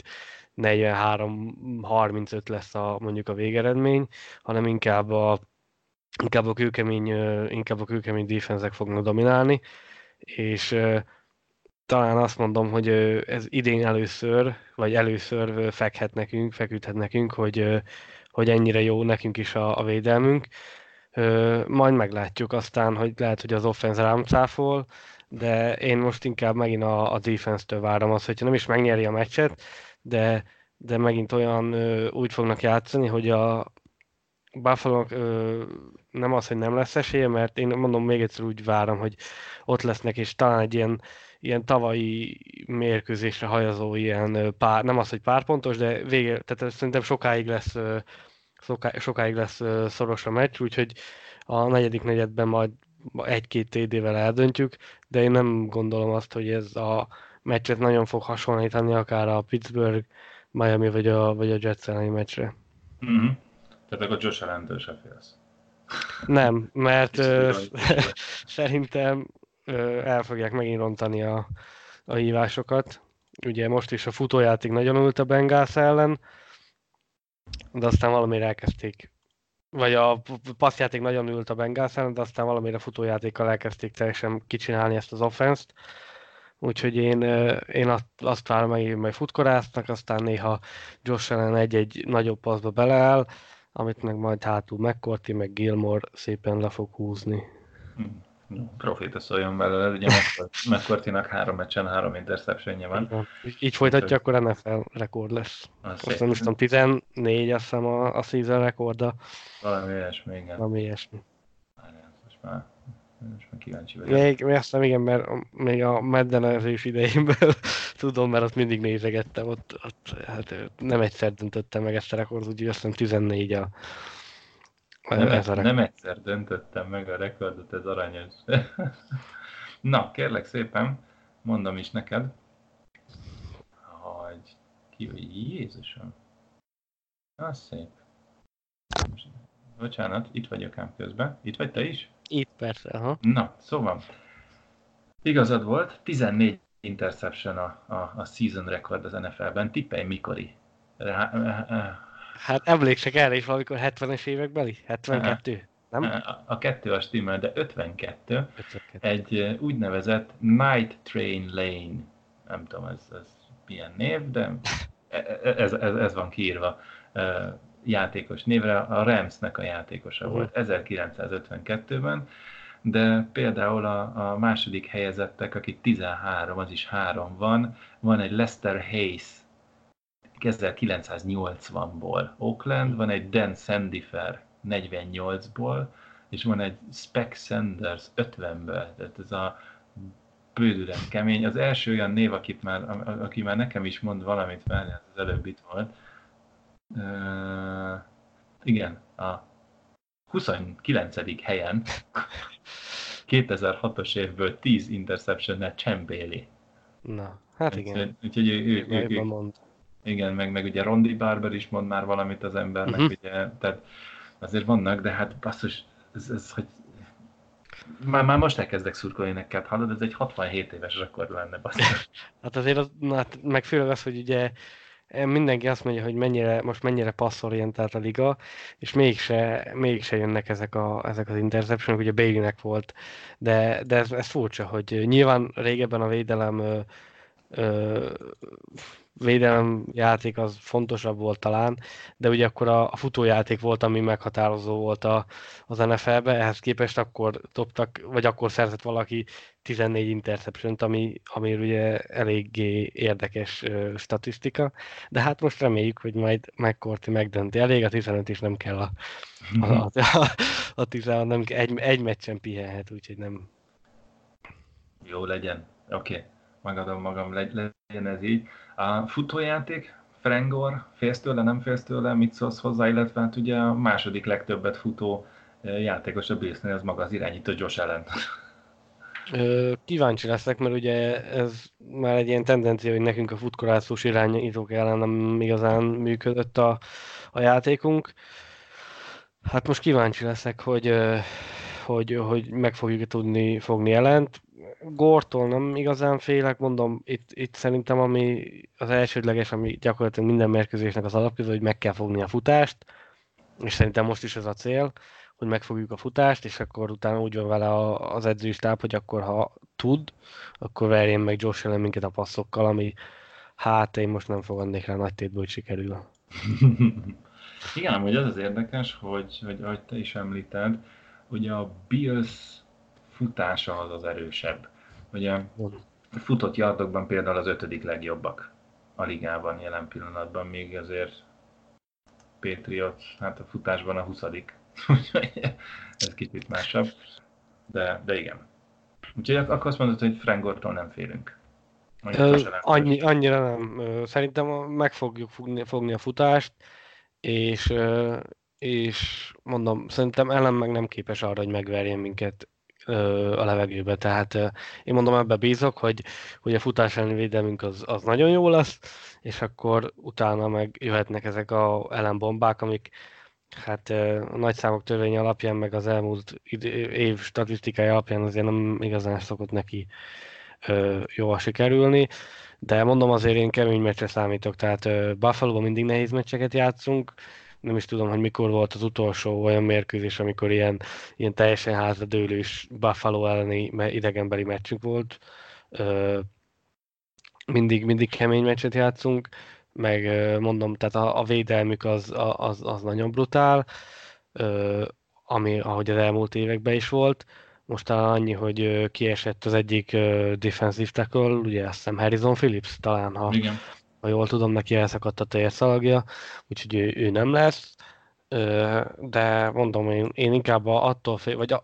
43-35 lesz mondjuk a végeredmény, hanem inkább a kőkemény defense-ek fognak dominálni, és talán azt mondom, hogy ez idén először feküdhet nekünk, hogy ennyire jó nekünk is a védelmünk. Majd meglátjuk aztán, hogy lehet, hogy az offense rám cáfol, de én most inkább megint a defense-től várom azt, hogyha nem is megnyeri a meccset, de megint úgy fognak játszani, hogy a Buffalo nem az, hogy nem lesz esélye, mert én mondom, még egyszer úgy várom, hogy ott lesznek, és talán egy ilyen tavalyi mérkőzésre hajazó ilyen nem az, hogy párpontos, de tehát szerintem sokáig lesz szoros a meccs, úgyhogy a negyedik negyedben majd 1-2 TD-vel eldöntjük, de én nem gondolom azt, hogy ez a meccset nagyon fog hasonlítani akár a Pittsburgh, Miami vagy a Jets elleni meccsre. Mm-hmm. Tehát akkor Josh Allen-től se félsz. Nem, mert szerintem el fogják megint rontani a hívásokat. Ugye most is a futójáték nagyon ült a Bengals ellen, de aztán valamire elkezdték, vagy a passzjáték nagyon ült a Bengals ellen, de aztán valamire a futójátékkal elkezdték teljesen kicsinálni ezt az offense-t. Úgyhogy én azt várom meg, majd futkorásznak, aztán néha Josh Allen egy nagyobb passzba beleáll, amit meg majd hátul McCourty, meg Gilmore szépen le fog húzni. Profita szóljon belőle, ugye McCourtynak 3 meccsen 3 interceptionje van. Így folytatja, akkor NFL rekord lesz. Azt nem tudom, 14 azt hiszem a season rekorda. Valami ilyesmi, igen. Valami ilyesmi. Most már kíváncsi vagyok. Még azt hiszem, igen, mert még a meddenezés idejénből tudom, mert ott mindig nézegettem, ott hát nem egyszer döntöttem meg ezt a rekordot, úgyhogy azt hiszem 14 nem egyszer döntöttem meg a rekordot, ez aranyos. Na, kérlek szépen, mondom is neked, hogy Jézusom, az szép. Bocsánat, itt vagyok ám közben. Itt vagy te is? Itt persze, aha. Na, szóval, igazad volt, 14 interception a season record az NFL-ben. Tippelj mikori? Hát emlékszek erre is valamikor 70-es évekbeli? 72? Nem? A 2 a stimmel, de 52. Egy úgynevezett Night Train Lane. Nem tudom, ez milyen név, de ez van kiírva játékos névre. A Ramsnek a játékosa volt 1952-ben, de például a második helyezettek, akik 13, az is 3 van egy Lester Hayes 1980-ból Oakland, van egy Dan Sandifer 48-ból, és van egy Spec Sanders 50-ből, tehát ez a bődülen kemény. Az első olyan név, aki már nekem is mond valamit, mert az előbb itt volt. Igen, a 29. helyen 2006-os évből 10 interceptionnel Champ Bailey. Na, hát igen. Úgyhogy ő igen, meg ugye Rondi Barber is mond már valamit az embernek, ugye, tehát azért vannak, de hát basszus, ez hogy már most elkezdek szurkolni neked, hallod, ez egy 67 éves rekord lenne, basszus. Hát azért meg főleg az, hogy ugye mindenki azt mondja, hogy mennyire passzorientált a liga, és mégse jönnek ezek az interceptionok, ugye Bailey-nek volt, de ez furcsa, hogy nyilván régebben a ö, védelem játék az fontosabb volt talán, de ugye akkor a futójáték volt, ami meghatározó volt az NFL-be, ehhez képest akkor dobtak, vagy akkor szerzett valaki 14 interception-t, ami ugye eléggé érdekes statisztika, de hát most reméljük, hogy majd McCourty megdönti. Elég a 15 is, nem kell a 16, nem egy meccsen pihenhet, úgyhogy nem. Jó legyen, oké. Megadom magam, legyen ez így. A futójáték, Frengor, félsz tőle, nem félsz tőle, mit szólsz hozzá, illetve hát ugye a második legtöbbet futó játékos a Billsnél, az maga az irányító Josh Allen. Kíváncsi leszek, mert ugye ez már egy ilyen tendencia, hogy nekünk a futkorászós irányítók ellen nem igazán működött a játékunk. Hát most kíváncsi leszek, hogy meg fogjuk tudni fogni Allent. Gore-tól nem igazán félek, mondom, itt szerintem ami az elsődleges, ami gyakorlatilag minden mérkőzésnek az alapköze, hogy meg kell fogni a futást, és szerintem most is ez a cél, hogy megfogjuk a futást, és akkor utána úgy van vele az edzőstáb, hogy akkor ha tud, akkor verjen meg Josh Allen minket a passzokkal, ami hát én most nem fogadnék rá nagy tétből, hogy sikerül. Igen, hogy az érdekes, hogy ahogy te is említed, ugye a Bills futása az erősebb. Ugye futott yardokban például az 5. legjobbak a ligában jelen pillanatban, még azért Patriot, hát a futásban a 20. Ez kicsit másabb, de igen. Úgyhogy akkor azt mondod, hogy Frank Gore-tól nem félünk. Annyira nem. Szerintem meg fogjuk fogni a futást, és mondom, szerintem Allen meg nem képes arra, hogy megverjen minket a levegőbe. Tehát én mondom, ebbe bízok, hogy a futás elleni védelmünk az nagyon jó lesz, és akkor utána meg jöhetnek ezek a ellenbombák, amik hát a nagyszámok törvény alapján, meg az elmúlt év statisztikai alapján azért nem igazán szokott neki jól sikerülni, de mondom, azért én kemény meccsre számítok, tehát Buffalo-ban mindig nehéz meccseket játszunk, nem is tudom, hogy mikor volt az utolsó olyan mérkőzés, amikor ilyen teljesen házadőlős Buffalo elleni idegenbeli meccsünk volt. Mindig kemény meccset játszunk, meg mondom, tehát a védelmük az nagyon brutál, ahogy az elmúlt években is volt. Most talán annyi, hogy kiesett az egyik defensive tackle, ugye azt hiszem Harrison Phillips talán, ha jól tudom, neki elszakadt a térszalagja, úgyhogy ő nem lesz. De mondom, én inkább attól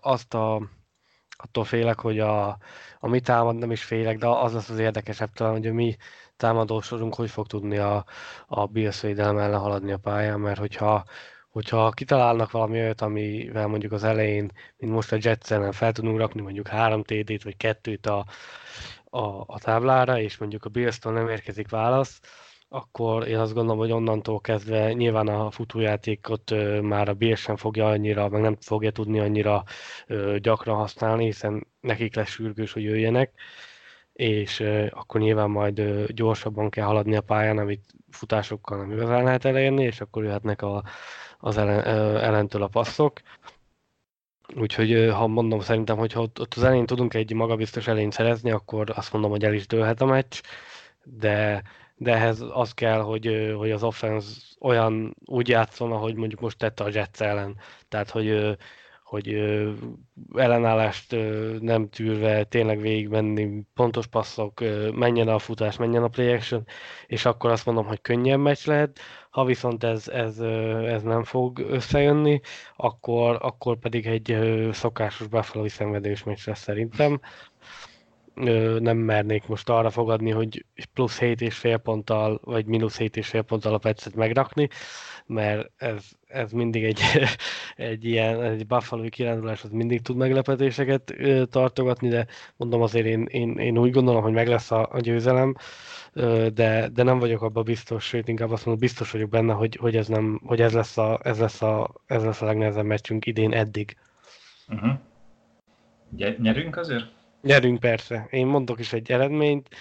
félek, hogy a mi támad nem is félek, de az lesz az érdekesebb talán, hogy a mi támadósorunk hogy fog tudni a Bills védelem ellen haladni a pályán, mert hogyha kitalálnak valami olyat, amivel mondjuk az elején, mint most a Jets ellen fel tudunk rakni mondjuk 3 TD-t vagy 2-t a táblára, és mondjuk a Bills-től nem érkezik válasz, akkor én azt gondolom, hogy onnantól kezdve nyilván a futójátékot már a Bills sem fogja annyira, meg nem fogja tudni annyira gyakran használni, hiszen nekik lesz sürgős, hogy jöjjenek, és akkor nyilván majd gyorsabban kell haladni a pályán, amit futásokkal nem igazán lehet elérni, és akkor jöhetnek az ellentől a passzok. Úgyhogy ha mondom, szerintem, hogy ott az elején tudunk egy magabiztos elényt szerezni, akkor azt mondom, hogy el is dőlhet a meccs, de ehhez az kell, hogy az offense úgy játszon, ahogy mondjuk most tette a Jets ellen. Tehát, hogy ellenállást nem tűrve tényleg végigmenni, pontos passzok, menjen a futás, menjen a play action, és akkor azt mondom, hogy könnyebb meccs lehet. Ha viszont ez nem fog összejönni, akkor pedig egy szokásos Buffalo-i szenvedős meccs lesz szerintem. Nem mernék most arra fogadni, hogy plusz 7,5 ponttal, vagy mínusz 7,5 ponttal a percet megrakni, mert ez mindig egy Buffalo-i kirándulás, az mindig tud meglepetéseket tartogatni, de mondom azért én úgy gondolom, hogy meg lesz a győzelem, de nem vagyok abban biztos, sőt inkább azt mondom, biztos vagyok benne, hogy ez lesz a legnehezebb meccsünk idén eddig. Uh-huh. Nyerünk azért? Nyerünk persze. Én mondok is egy eredményt.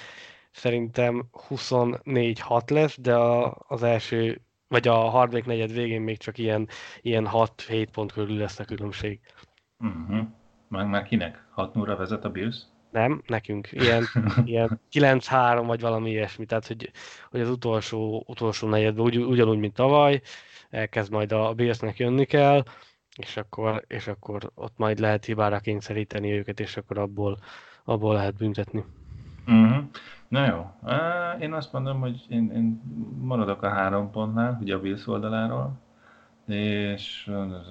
szerintem 24-6 lesz, de az első, vagy a harmadik negyed végén még csak ilyen 6-7 pont körül lesz a különbség. Már kinek? 6-0-ra vezet a Bills? Nem, nekünk. Ilyen 9-3 vagy valami ilyesmi. Tehát, hogy az utolsó negyedben ugyanúgy, mint tavaly, elkezd majd a Billsnek jönni kell, és akkor ott majd lehet hibára kényszeríteni őket, és akkor abból lehet büntetni. Na jó. Én azt mondom, hogy én maradok a 3 pontnál, ugye a Bills oldaláról, és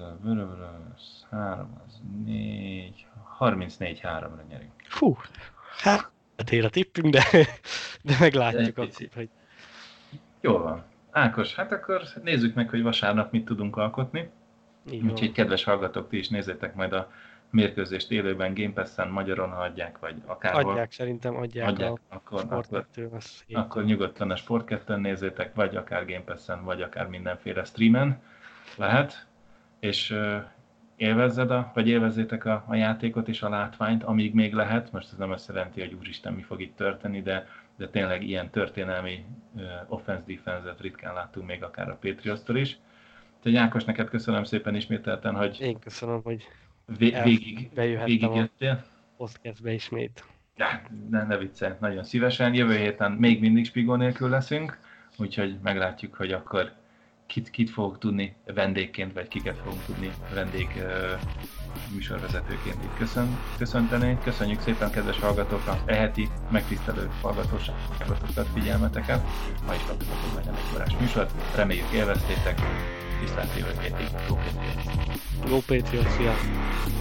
3 az 4, 34-3-ra nyerünk. Fú, hát ér a tippünk, de meglátjuk akkor, hogy... Jól van. Ákos, hát akkor nézzük meg, hogy vasárnap mit tudunk alkotni. Úgyhogy kedves hallgatók, ti is nézzétek majd a mérkőzést élőben Game Pass-en, magyaron adják, vagy akárhol. Adják, szerintem adják akkor nyugodtan a Sport 2-n nézzétek, vagy akár Game Pass-en, vagy akár mindenféle streamen lehet. És élvezzétek a játékot és a látványt, amíg még lehet. Most ez nem azt jelenti, hogy úristen mi fog itt történni, de tényleg ilyen történelmi offense-defense-et ritkán láttunk még akár a Patriots-tól is. Úgyhogy Ákos, neked köszönöm szépen ismételten, hogy én köszönöm, hogy végig jöttél. Podcastbe ismét. Ja, ne viccelj, nagyon szívesen. Jövő héten még mindig Spigó nélkül leszünk, úgyhogy meglátjuk, hogy akkor kit fogok tudni vendégként, vagy kiket fogunk tudni vendég műsorvezetőként itt köszönteni. Köszönjük szépen, kedves hallgatók, a heti megtisztelő hallgatóságotokat, figyelmeteket. Ma is kapcsolatban majd egy órás műsort. Reméljük élveztétek. Viszlát jövő hétig. Go Patriots! Go Patriots, szia!